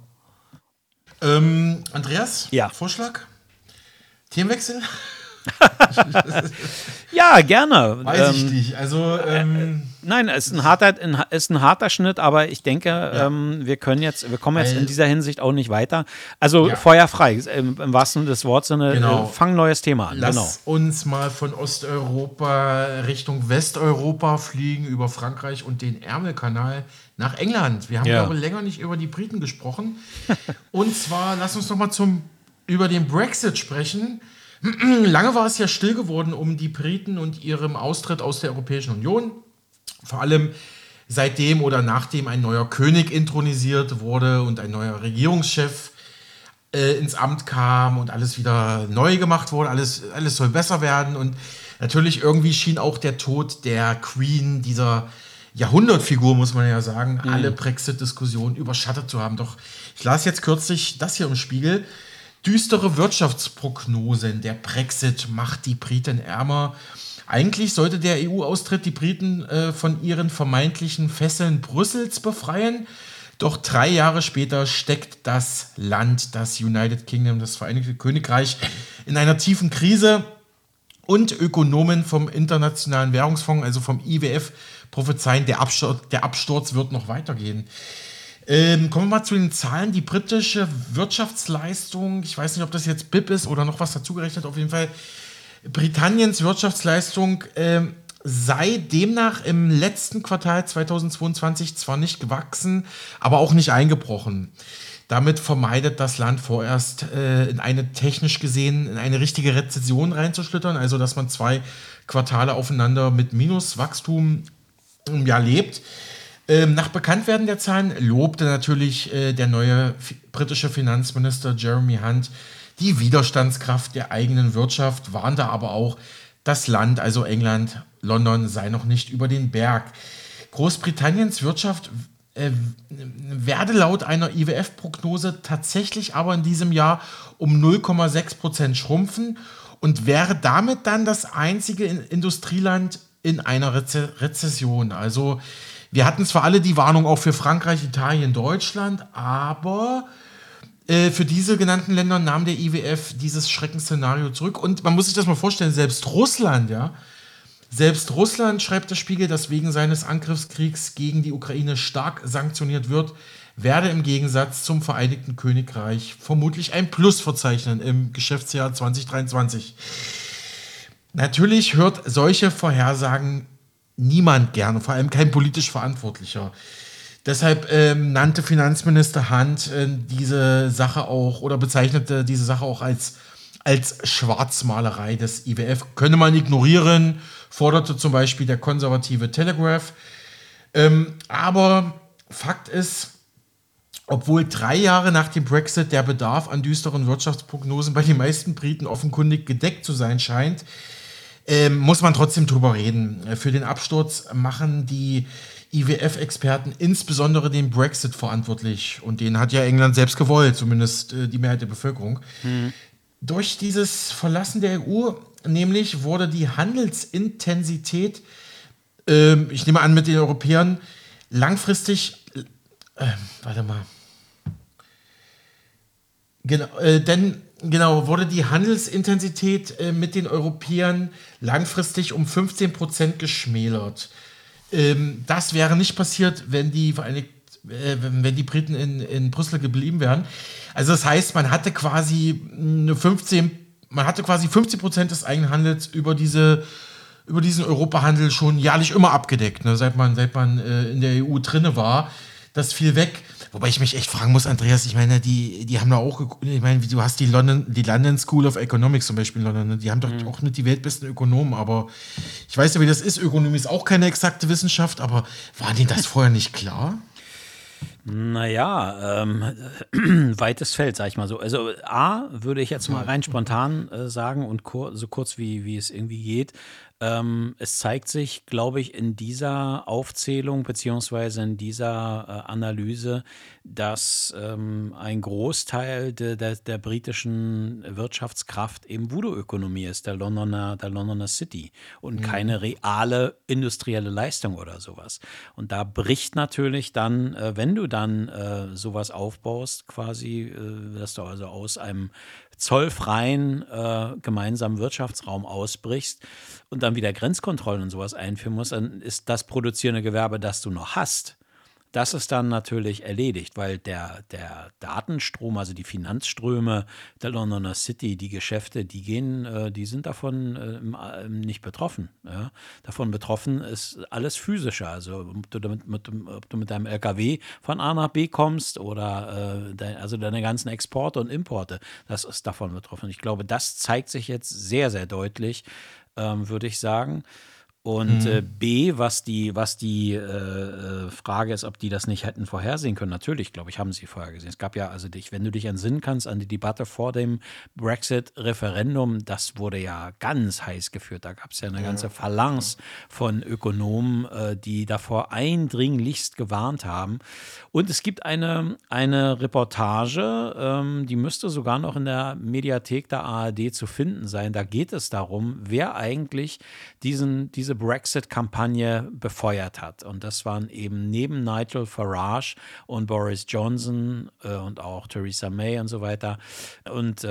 Ja. Andreas, Vorschlag? Themenwechsel? Ja, gerne. Weiß ich nicht. Also, nein, es ist ein harter Schnitt, aber ich denke, wir kommen jetzt in dieser Hinsicht auch nicht weiter. Also feuerfrei, im wahrsten Sinne des Wortes, fang ein neues Thema an. Lass uns mal von Osteuropa Richtung Westeuropa fliegen, über Frankreich und den Ärmelkanal nach England. Wir haben, glaube ich, länger nicht über die Briten gesprochen. Und zwar, lass uns noch mal über den Brexit sprechen. Lange war es ja still geworden um die Briten und ihrem Austritt aus der Europäischen Union. Vor allem seitdem oder nachdem ein neuer König intronisiert wurde und ein neuer Regierungschef ins Amt kam und alles wieder neu gemacht wurde. Alles soll besser werden. Und natürlich irgendwie schien auch der Tod der Queen, dieser Jahrhundertfigur, muss man ja sagen, alle Brexit-Diskussionen überschattet zu haben. Doch ich las jetzt kürzlich das hier im Spiegel. Düstere Wirtschaftsprognosen. Der Brexit macht die Briten ärmer. Eigentlich sollte der EU-Austritt die Briten von ihren vermeintlichen Fesseln Brüssels befreien. Doch 3 Jahre später steckt das Land, das United Kingdom, das Vereinigte Königreich, in einer tiefen Krise. Und Ökonomen vom Internationalen Währungsfonds, also vom IWF, prophezeien, der Absturz wird noch weitergehen. Kommen wir mal zu den Zahlen. Die britische Wirtschaftsleistung, ich weiß nicht, ob das jetzt BIP ist oder noch was dazugerechnet, auf jeden Fall. Britanniens Wirtschaftsleistung sei demnach im letzten Quartal 2022 zwar nicht gewachsen, aber auch nicht eingebrochen. Damit vermeidet das Land vorerst in eine technisch gesehen in eine richtige Rezession reinzuschlittern, also dass man 2 Quartale aufeinander mit Minuswachstum im Jahr lebt. Nach Bekanntwerden der Zahlen lobte natürlich der neue britische Finanzminister Jeremy Hunt die Widerstandskraft der eigenen Wirtschaft, warnte aber auch, das Land, also England, London, sei noch nicht über den Berg. Großbritanniens Wirtschaft werde laut einer IWF-Prognose tatsächlich aber in diesem Jahr um 0,6% schrumpfen und wäre damit dann das einzige Industrieland in einer Rezession. Also wir hatten zwar alle die Warnung auch für Frankreich, Italien, Deutschland, aber für diese genannten Länder nahm der IWF dieses Schreckensszenario zurück. Und man muss sich das mal vorstellen, selbst Russland, schreibt der Spiegel, das wegen seines Angriffskriegs gegen die Ukraine stark sanktioniert wird, werde im Gegensatz zum Vereinigten Königreich vermutlich ein Plus verzeichnen im Geschäftsjahr 2023. Natürlich hört solche Vorhersagen niemand gerne, vor allem kein politisch Verantwortlicher. Deshalb nannte Finanzminister Hunt diese Sache auch oder bezeichnete diese Sache auch als Schwarzmalerei des IWF. Könne man ignorieren, forderte zum Beispiel der konservative Telegraph. Aber Fakt ist, obwohl 3 Jahre nach dem Brexit der Bedarf an düsteren Wirtschaftsprognosen bei den meisten Briten offenkundig gedeckt zu sein scheint, muss man trotzdem drüber reden. Für den Absturz machen die IWF-Experten insbesondere den Brexit verantwortlich. Und den hat ja England selbst gewollt, zumindest die Mehrheit der Bevölkerung. Durch dieses Verlassen der EU nämlich wurde die Handelsintensität, ich nehme an mit den Europäern, langfristig, wurde die Handelsintensität mit den Europäern langfristig um 15% geschmälert. Das wäre nicht passiert, wenn die Briten in Brüssel geblieben wären. Also das heißt, man hatte quasi 50% des eigenen Handels über diesen Europahandel schon jährlich immer abgedeckt, ne? Seit man in der EU drinne war. Das fiel weg. Wobei ich mich echt fragen muss, Andreas, ich meine, die haben da auch, ich meine, du hast die London School of Economics zum Beispiel in London, ne? Die haben doch auch mit die weltbesten Ökonomen, aber ich weiß ja, wie das ist. Ökonomie ist auch keine exakte Wissenschaft, aber war denen das vorher nicht klar? Naja, weites Feld, sag ich mal so. Also A, würde ich jetzt mal rein spontan sagen und so kurz wie es irgendwie geht. Es zeigt sich, glaube ich, in dieser Aufzählung beziehungsweise in dieser Analyse, dass ein Großteil der britischen Wirtschaftskraft eben Voodoo-Ökonomie ist, der Londoner City und keine reale industrielle Leistung oder sowas. Und da bricht natürlich dann, wenn du dann sowas aufbaust, quasi, dass du also aus einem zollfreien gemeinsamen Wirtschaftsraum ausbrichst und dann wieder Grenzkontrollen und sowas einführen musst, dann ist das produzierende Gewerbe, das du noch hast, das ist dann natürlich erledigt, weil der Datenstrom, also die Finanzströme der Londoner City, die Geschäfte, die sind davon nicht betroffen. Ja? Davon betroffen ist alles Physische. Also ob du mit deinem LKW von A nach B kommst oder also deine ganzen Exporte und Importe, das ist davon betroffen. Ich glaube, das zeigt sich jetzt sehr, sehr deutlich, würde ich sagen. Und B, was die Frage ist, ob die das nicht hätten vorhersehen können. Natürlich, glaube ich, haben sie vorhergesehen. Es gab ja, also wenn du dich entsinnen kannst an die Debatte vor dem Brexit-Referendum, das wurde ja ganz heiß geführt. Da gab es ja eine ganze Phalanx von Ökonomen, die davor eindringlichst gewarnt haben. Und es gibt eine Reportage, die müsste sogar noch in der Mediathek der ARD zu finden sein. Da geht es darum, wer eigentlich diese diese Brexit-Kampagne befeuert hat. Und das waren eben neben Nigel Farage und Boris Johnson und auch Theresa May und so weiter und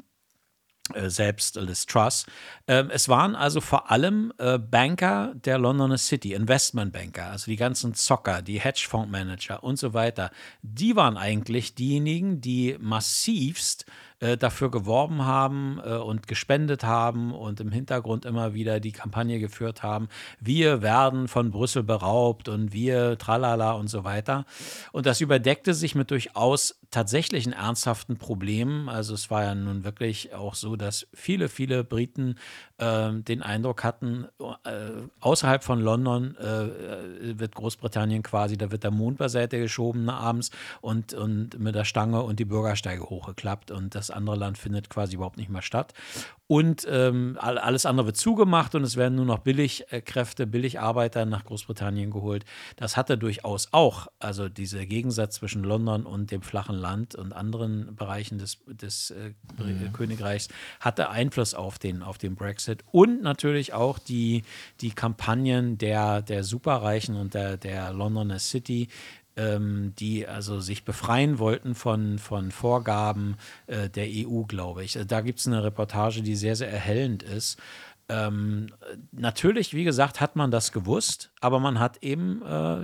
selbst Liz Truss. Es waren also vor allem Banker der Londoner City, Investmentbanker, also die ganzen Zocker, die Hedgefondsmanager und so weiter. Die waren eigentlich diejenigen, die massivst dafür geworben haben und gespendet haben und im Hintergrund immer wieder die Kampagne geführt haben, wir werden von Brüssel beraubt und wir tralala und so weiter. Und das überdeckte sich mit durchaus tatsächlichen ernsthaften Problemen. Also es war ja nun wirklich auch so, dass viele, viele Briten den Eindruck hatten, außerhalb von London wird Großbritannien quasi, da wird der Mond beiseite geschoben abends und mit der Stange und die Bürgersteige hochgeklappt und das andere Land findet quasi überhaupt nicht mehr statt. Und alles andere wird zugemacht und es werden nur noch Billigkräfte, Billigarbeiter nach Großbritannien geholt. Das hatte durchaus auch, also dieser Gegensatz zwischen London und dem flachen Land und anderen Bereichen des Königreichs, hatte Einfluss auf den Brexit und natürlich auch die Kampagnen der Superreichen und der Londoner City, die also sich befreien wollten von Vorgaben der EU, glaube ich. Da gibt es eine Reportage, die sehr, sehr erhellend ist. Natürlich, wie gesagt, hat man das gewusst, aber man hat eben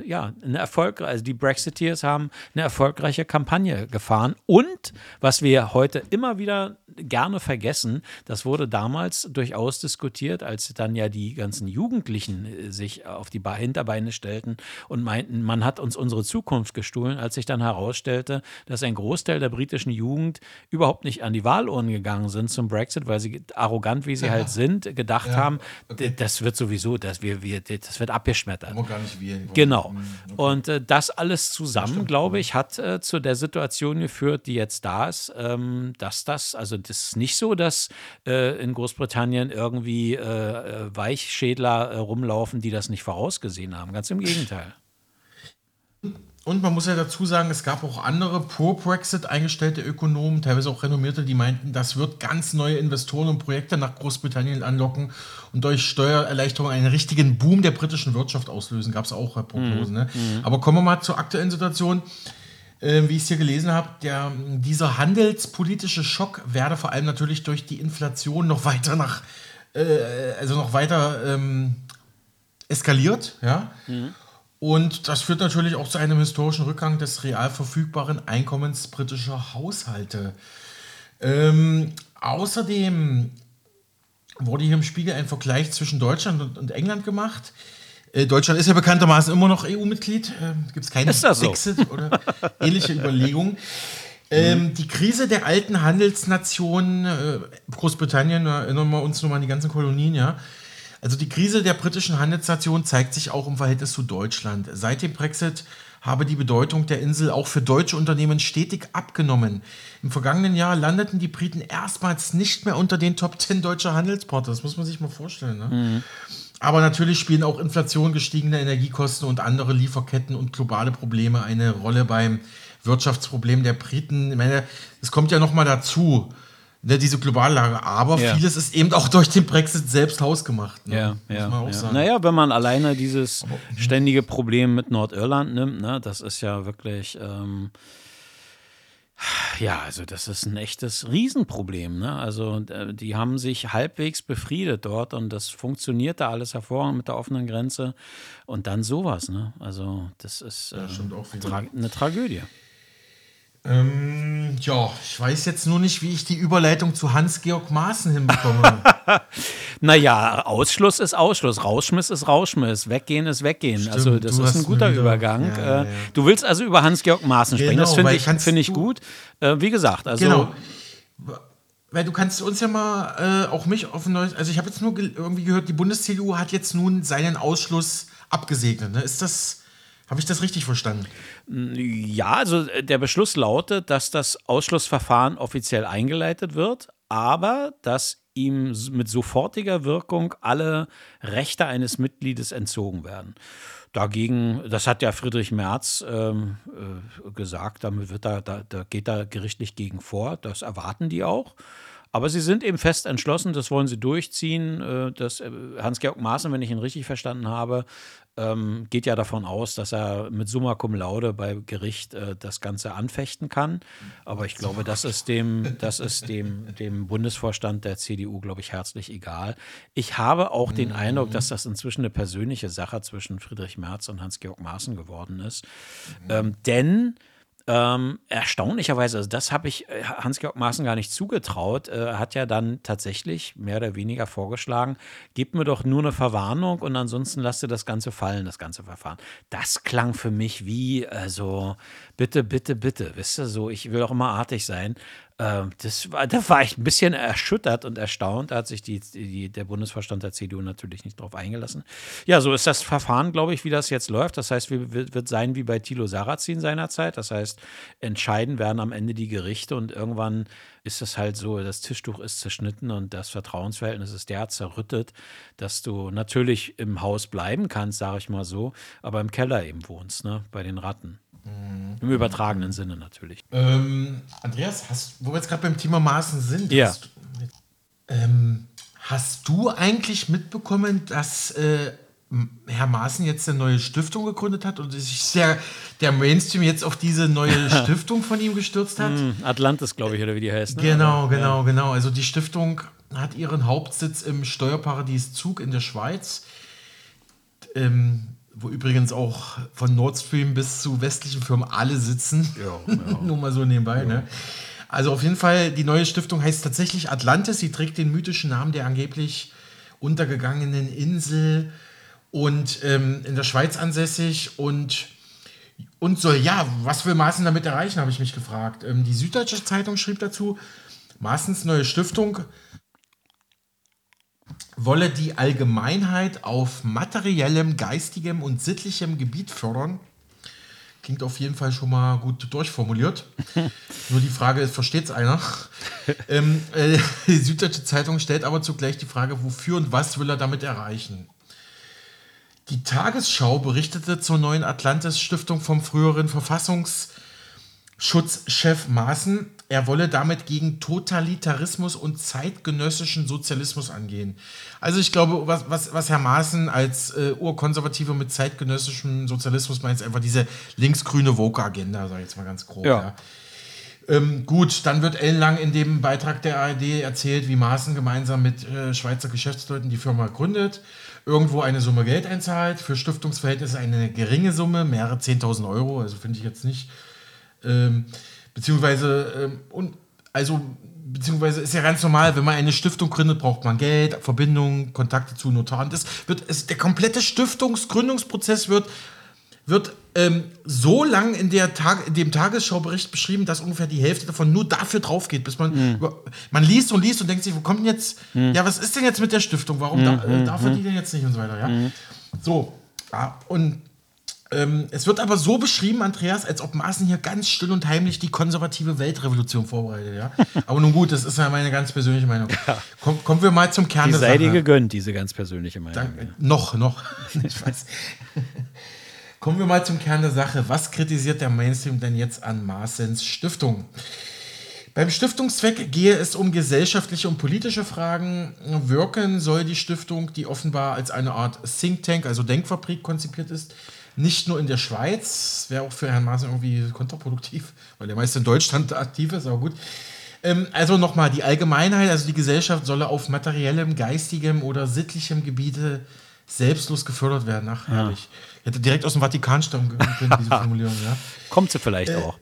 also die Brexiteers haben eine erfolgreiche Kampagne gefahren und was wir heute immer wieder gerne vergessen, das wurde damals durchaus diskutiert, als dann ja die ganzen Jugendlichen sich auf die Hinterbeine stellten und meinten, man hat uns unsere Zukunft gestohlen, als sich dann herausstellte, dass ein Großteil der britischen Jugend überhaupt nicht an die Wahlurnen gegangen sind zum Brexit, weil sie arrogant, wie sie halt sind, gedacht haben, okay, das wird sowieso, das wird abgeschmettert. Gar nicht wählen. Genau. Okay. Und das alles zusammen, glaube ich, hat zu der Situation geführt, die jetzt da ist, das ist nicht so, dass in Großbritannien irgendwie Weichschädler rumlaufen, die das nicht vorausgesehen haben. Ganz im Gegenteil. Und man muss ja dazu sagen, es gab auch andere pro-Brexit eingestellte Ökonomen, teilweise auch renommierte, die meinten, das wird ganz neue Investoren und Projekte nach Großbritannien anlocken und durch Steuererleichterung einen richtigen Boom der britischen Wirtschaft auslösen. Gab es auch Prognosen. Ne? Aber kommen wir mal zur aktuellen Situation. Wie ich es hier gelesen habe, dieser handelspolitische Schock werde vor allem natürlich durch die Inflation noch weiter eskaliert. Ja? Und das führt natürlich auch zu einem historischen Rückgang des real verfügbaren Einkommens britischer Haushalte. Außerdem wurde hier im Spiegel ein Vergleich zwischen Deutschland und England gemacht. Deutschland ist ja bekanntermaßen immer noch EU-Mitglied. Gibt es keine Brexit so oder ähnliche Überlegungen. Die Krise der alten Handelsnationen, Großbritannien, erinnern wir uns nochmal an die ganzen Kolonien, ja. Also die Krise der britischen Handelsnation zeigt sich auch im Verhältnis zu Deutschland. Seit dem Brexit habe die Bedeutung der Insel auch für deutsche Unternehmen stetig abgenommen. Im vergangenen Jahr landeten die Briten erstmals nicht mehr unter den Top 10 deutscher Handelspartner. Das muss man sich mal vorstellen. Ne? Aber natürlich spielen auch Inflation, gestiegene Energiekosten und andere Lieferketten und globale Probleme eine Rolle beim Wirtschaftsproblem der Briten. Ich meine, es kommt ja nochmal dazu, diese Globallage. Aber vieles ist eben auch durch den Brexit selbst hausgemacht. Ne? Muss man auch sagen. Naja, wenn man alleine dieses ständige Problem mit Nordirland nimmt, ne, das ist ja wirklich, also das ist ein echtes Riesenproblem. Ne? Also die haben sich halbwegs befriedet dort und das funktionierte alles hervorragend mit der offenen Grenze und dann sowas. Ne? Also das ist eine Tragödie. Ich weiß jetzt nur nicht, wie ich die Überleitung zu Hans-Georg Maaßen hinbekomme. Naja, Ausschluss ist Ausschluss, Rausschmiss ist Rausschmiss, Weggehen ist Weggehen. Stimmt, also das ist ein guter Übergang. Ja. Du willst also über Hans-Georg Maaßen sprechen, das finde ich gut. Wie gesagt, also... Genau. Weil du kannst uns ja mal auch mich auf ein neues... Also ich habe jetzt nur irgendwie gehört, die Bundes-CDU hat jetzt nun seinen Ausschluss abgesegnet. Ne? Habe ich das richtig verstanden? Ja, also der Beschluss lautet, dass das Ausschlussverfahren offiziell eingeleitet wird, aber dass ihm mit sofortiger Wirkung alle Rechte eines Mitgliedes entzogen werden. Dagegen, das hat ja Friedrich Merz gesagt, damit da geht er gerichtlich gegen vor, das erwarten die auch. Aber sie sind eben fest entschlossen, das wollen sie durchziehen. Hans-Georg Maaßen, wenn ich ihn richtig verstanden habe, geht ja davon aus, dass er mit Summa cum laude bei Gericht das Ganze anfechten kann. Aber ich glaube, das ist dem Bundesvorstand der CDU, glaube ich, herzlich egal. Ich habe auch den Eindruck, dass das inzwischen eine persönliche Sache zwischen Friedrich Merz und Hans-Georg Maaßen geworden ist. Denn erstaunlicherweise, also das habe ich Hans-Georg Maaßen gar nicht zugetraut, hat ja dann tatsächlich mehr oder weniger vorgeschlagen, gebt mir doch nur eine Verwarnung und ansonsten lasst ihr das Ganze fallen, das ganze Verfahren. Das klang für mich wie, also bitte, bitte, bitte, wisst ihr, so, ich will auch immer artig sein. Da war ich ein bisschen erschüttert und erstaunt. Da hat sich der Bundesvorstand der CDU natürlich nicht drauf eingelassen. Ja, so ist das Verfahren, glaube ich, wie das jetzt läuft. Das heißt, wird sein wie bei Thilo Sarrazin seinerzeit. Das heißt, entscheiden werden am Ende die Gerichte und irgendwann ist es halt so, das Tischtuch ist zerschnitten und das Vertrauensverhältnis ist derart zerrüttet, dass du natürlich im Haus bleiben kannst, sage ich mal so, aber im Keller eben wohnst, ne, bei den Ratten. Im übertragenen Sinne natürlich. Andreas, wo wir jetzt gerade beim Thema Maaßen sind, Ja. hast du eigentlich mitbekommen, dass Herr Maaßen jetzt eine neue Stiftung gegründet hat und sich der Mainstream jetzt auf diese neue Stiftung von ihm gestürzt hat? Atlantis, glaube ich, oder wie die heißt. Ne? Genau. Also die Stiftung hat ihren Hauptsitz im Steuerparadies Zug in der Schweiz. Wo übrigens auch von Nord Stream bis zu westlichen Firmen alle sitzen. Ja. Nur mal so nebenbei. Ja. Ne? Also auf jeden Fall, die neue Stiftung heißt tatsächlich Atlantis. Sie trägt den mythischen Namen der angeblich untergegangenen Insel und in der Schweiz ansässig und soll, ja, was will Maaßen damit erreichen, habe ich mich gefragt. Die Süddeutsche Zeitung schrieb dazu, Maaßens neue Stiftung wolle die Allgemeinheit auf materiellem, geistigem und sittlichem Gebiet fördern. Klingt auf jeden Fall schon mal gut durchformuliert. Nur die Frage ist, versteht es einer? Die Süddeutsche Zeitung stellt aber zugleich die Frage, wofür und was will er damit erreichen? Die Tagesschau berichtete zur neuen Atlantis-Stiftung vom früheren Verfassungsschutzchef Maaßen, er wolle damit gegen Totalitarismus und zeitgenössischen Sozialismus angehen. Also ich glaube, was Herr Maaßen als Urkonservativer mit zeitgenössischem Sozialismus meint, ist einfach diese linksgrüne Woke-Agenda, sage ich jetzt mal ganz grob. Ja. Gut, dann wird ellenlang in dem Beitrag der ARD erzählt, wie Maaßen gemeinsam mit Schweizer Geschäftsleuten die Firma gründet, irgendwo eine Summe Geld einzahlt, für Stiftungsverhältnisse eine geringe Summe, mehrere 10.000 Euro, also finde ich jetzt nicht... Beziehungsweise ist ja ganz normal, wenn man eine Stiftung gründet, braucht man Geld, Verbindungen, Kontakte zu Notaren. Der komplette Stiftungsgründungsprozess wird so lang in dem Tagesschaubericht beschrieben, dass ungefähr die Hälfte davon nur dafür drauf geht, bis man liest und denkt sich, wo kommt denn jetzt, ja, was ist denn jetzt mit der Stiftung? Warum darf er die denn jetzt nicht und so weiter, ja? So, ja, und es wird aber so beschrieben, Andreas, als ob Maaßen hier ganz still und heimlich die konservative Weltrevolution vorbereitet. Ja? Aber nun gut, das ist ja meine ganz persönliche Meinung. Ja. Kommen wir mal zum Kern der Sache. Die sei dir gegönnt, diese ganz persönliche Meinung. Noch. Ich weiß. Kommen wir mal zum Kern der Sache. Was kritisiert der Mainstream denn jetzt an Maaßens Stiftung? Beim Stiftungszweck gehe es um gesellschaftliche und politische Fragen. Wirken soll die Stiftung, die offenbar als eine Art Think Tank, also Denkfabrik konzipiert ist, nicht nur in der Schweiz, wäre auch für Herrn Maaßen irgendwie kontraproduktiv, weil der meist in Deutschland aktiv ist, aber gut. Also nochmal, die Allgemeinheit, also die Gesellschaft solle auf materiellem, geistigem oder sittlichem Gebiete selbstlos gefördert werden. Ach, herrlich. Ich hätte direkt aus dem Vatikan stammen können, diese Formulierung, ja. Kommt sie vielleicht auch.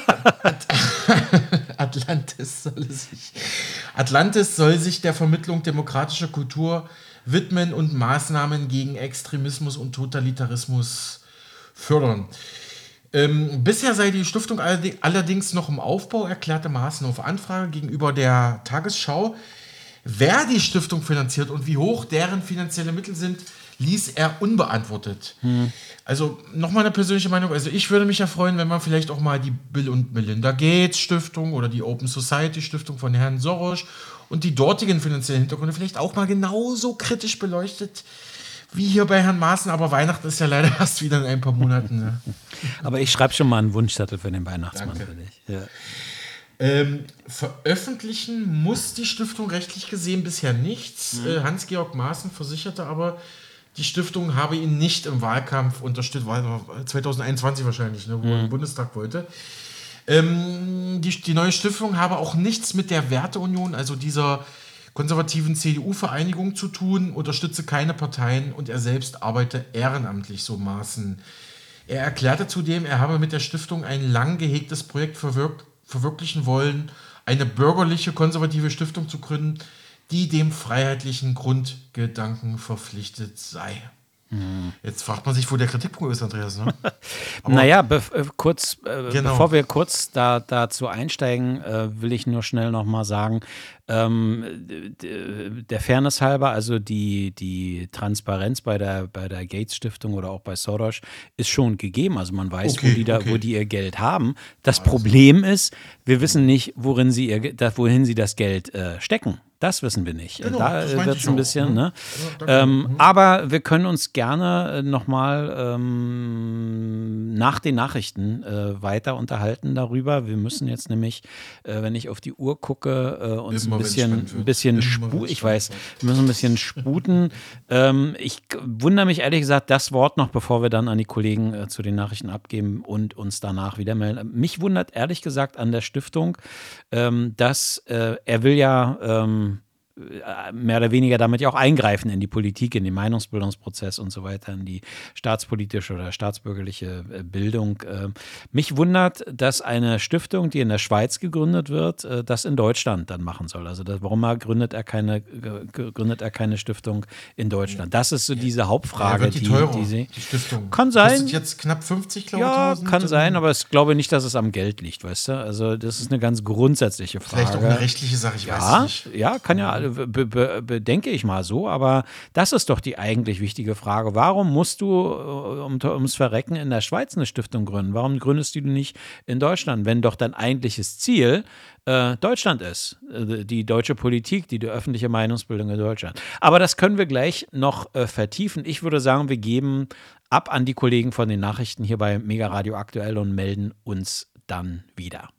Atlantis soll sich der Vermittlung demokratischer Kultur widmen und Maßnahmen gegen Extremismus und Totalitarismus fördern. Bisher sei die Stiftung allerdings noch im Aufbau, erklärte Maaßen auf Anfrage gegenüber der Tagesschau. Wer die Stiftung finanziert und wie hoch deren finanzielle Mittel sind, ließ er unbeantwortet. Also nochmal eine persönliche Meinung. Also ich würde mich ja freuen, wenn man vielleicht auch mal die Bill und Melinda Gates Stiftung oder die Open Society Stiftung von Herrn Soros und die dortigen finanziellen Hintergründe vielleicht auch mal genauso kritisch beleuchtet wie hier bei Herrn Maaßen. Aber Weihnachten ist ja leider erst wieder in ein paar Monaten. Ne? Aber ich schreibe schon mal einen Wunschzettel für den Weihnachtsmann. Danke. Für dich. Ja. Veröffentlichen muss die Stiftung rechtlich gesehen bisher nichts. Hans-Georg Maaßen versicherte aber, die Stiftung habe ihn nicht im Wahlkampf unterstützt, war 2021 wahrscheinlich, ne, wo er im Bundestag wollte. Die neue Stiftung habe auch nichts mit der Werteunion, also dieser konservativen CDU-Vereinigung zu tun, unterstütze keine Parteien und er selbst arbeite ehrenamtlich, so Maaßen. Er erklärte zudem, er habe mit der Stiftung ein lang gehegtes Projekt verwirklichen wollen, eine bürgerliche konservative Stiftung zu gründen, die dem freiheitlichen Grundgedanken verpflichtet sei. Jetzt fragt man sich, wo der Kritikpunkt ist, Andreas. Ne? Naja, bevor wir kurz dazu einsteigen, will ich nur schnell nochmal sagen, der Fairness halber, also die Transparenz bei der Gates Stiftung oder auch bei Soros ist schon gegeben. Also man weiß, wo die ihr Geld haben. Das Problem ist, wir wissen nicht, wohin sie das Geld stecken. Das wissen wir nicht. Genau, da wird es ein bisschen, ne? Aber wir können uns gerne nochmal nach den Nachrichten weiter unterhalten darüber. Wir müssen jetzt nämlich, wenn ich auf die Uhr gucke, uns ein bisschen sputen. Ich wundere mich ehrlich gesagt das Wort noch, bevor wir dann an die Kollegen zu den Nachrichten abgeben und uns danach wieder melden. Mich wundert ehrlich gesagt an der Stiftung, dass er will ja mehr oder weniger damit ja auch eingreifen in die Politik, in den Meinungsbildungsprozess und so weiter, in die staatspolitische oder staatsbürgerliche Bildung. Mich wundert, dass eine Stiftung, die in der Schweiz gegründet wird, das in Deutschland dann machen soll. Also warum gründet er keine Stiftung in Deutschland? Das ist so diese Hauptfrage, die Stiftung. Kann sein. Kostet jetzt knapp 50, glaube ich. Ja, kann sein, aber ich glaube nicht, dass es am Geld liegt, weißt du? Also das ist eine ganz grundsätzliche Frage. Vielleicht auch eine rechtliche Sache, ich weiß nicht. Ja, kann ja, bedenke ich mal so, aber das ist doch die eigentlich wichtige Frage. Warum musst du ums Verrecken in der Schweiz eine Stiftung gründen? Warum gründest du nicht in Deutschland, wenn doch dein eigentliches Ziel Deutschland ist, die deutsche Politik, die öffentliche Meinungsbildung in Deutschland. Aber das können wir gleich noch vertiefen. Ich würde sagen, wir geben ab an die Kollegen von den Nachrichten hier bei Mega Radio Aktuell und melden uns dann wieder.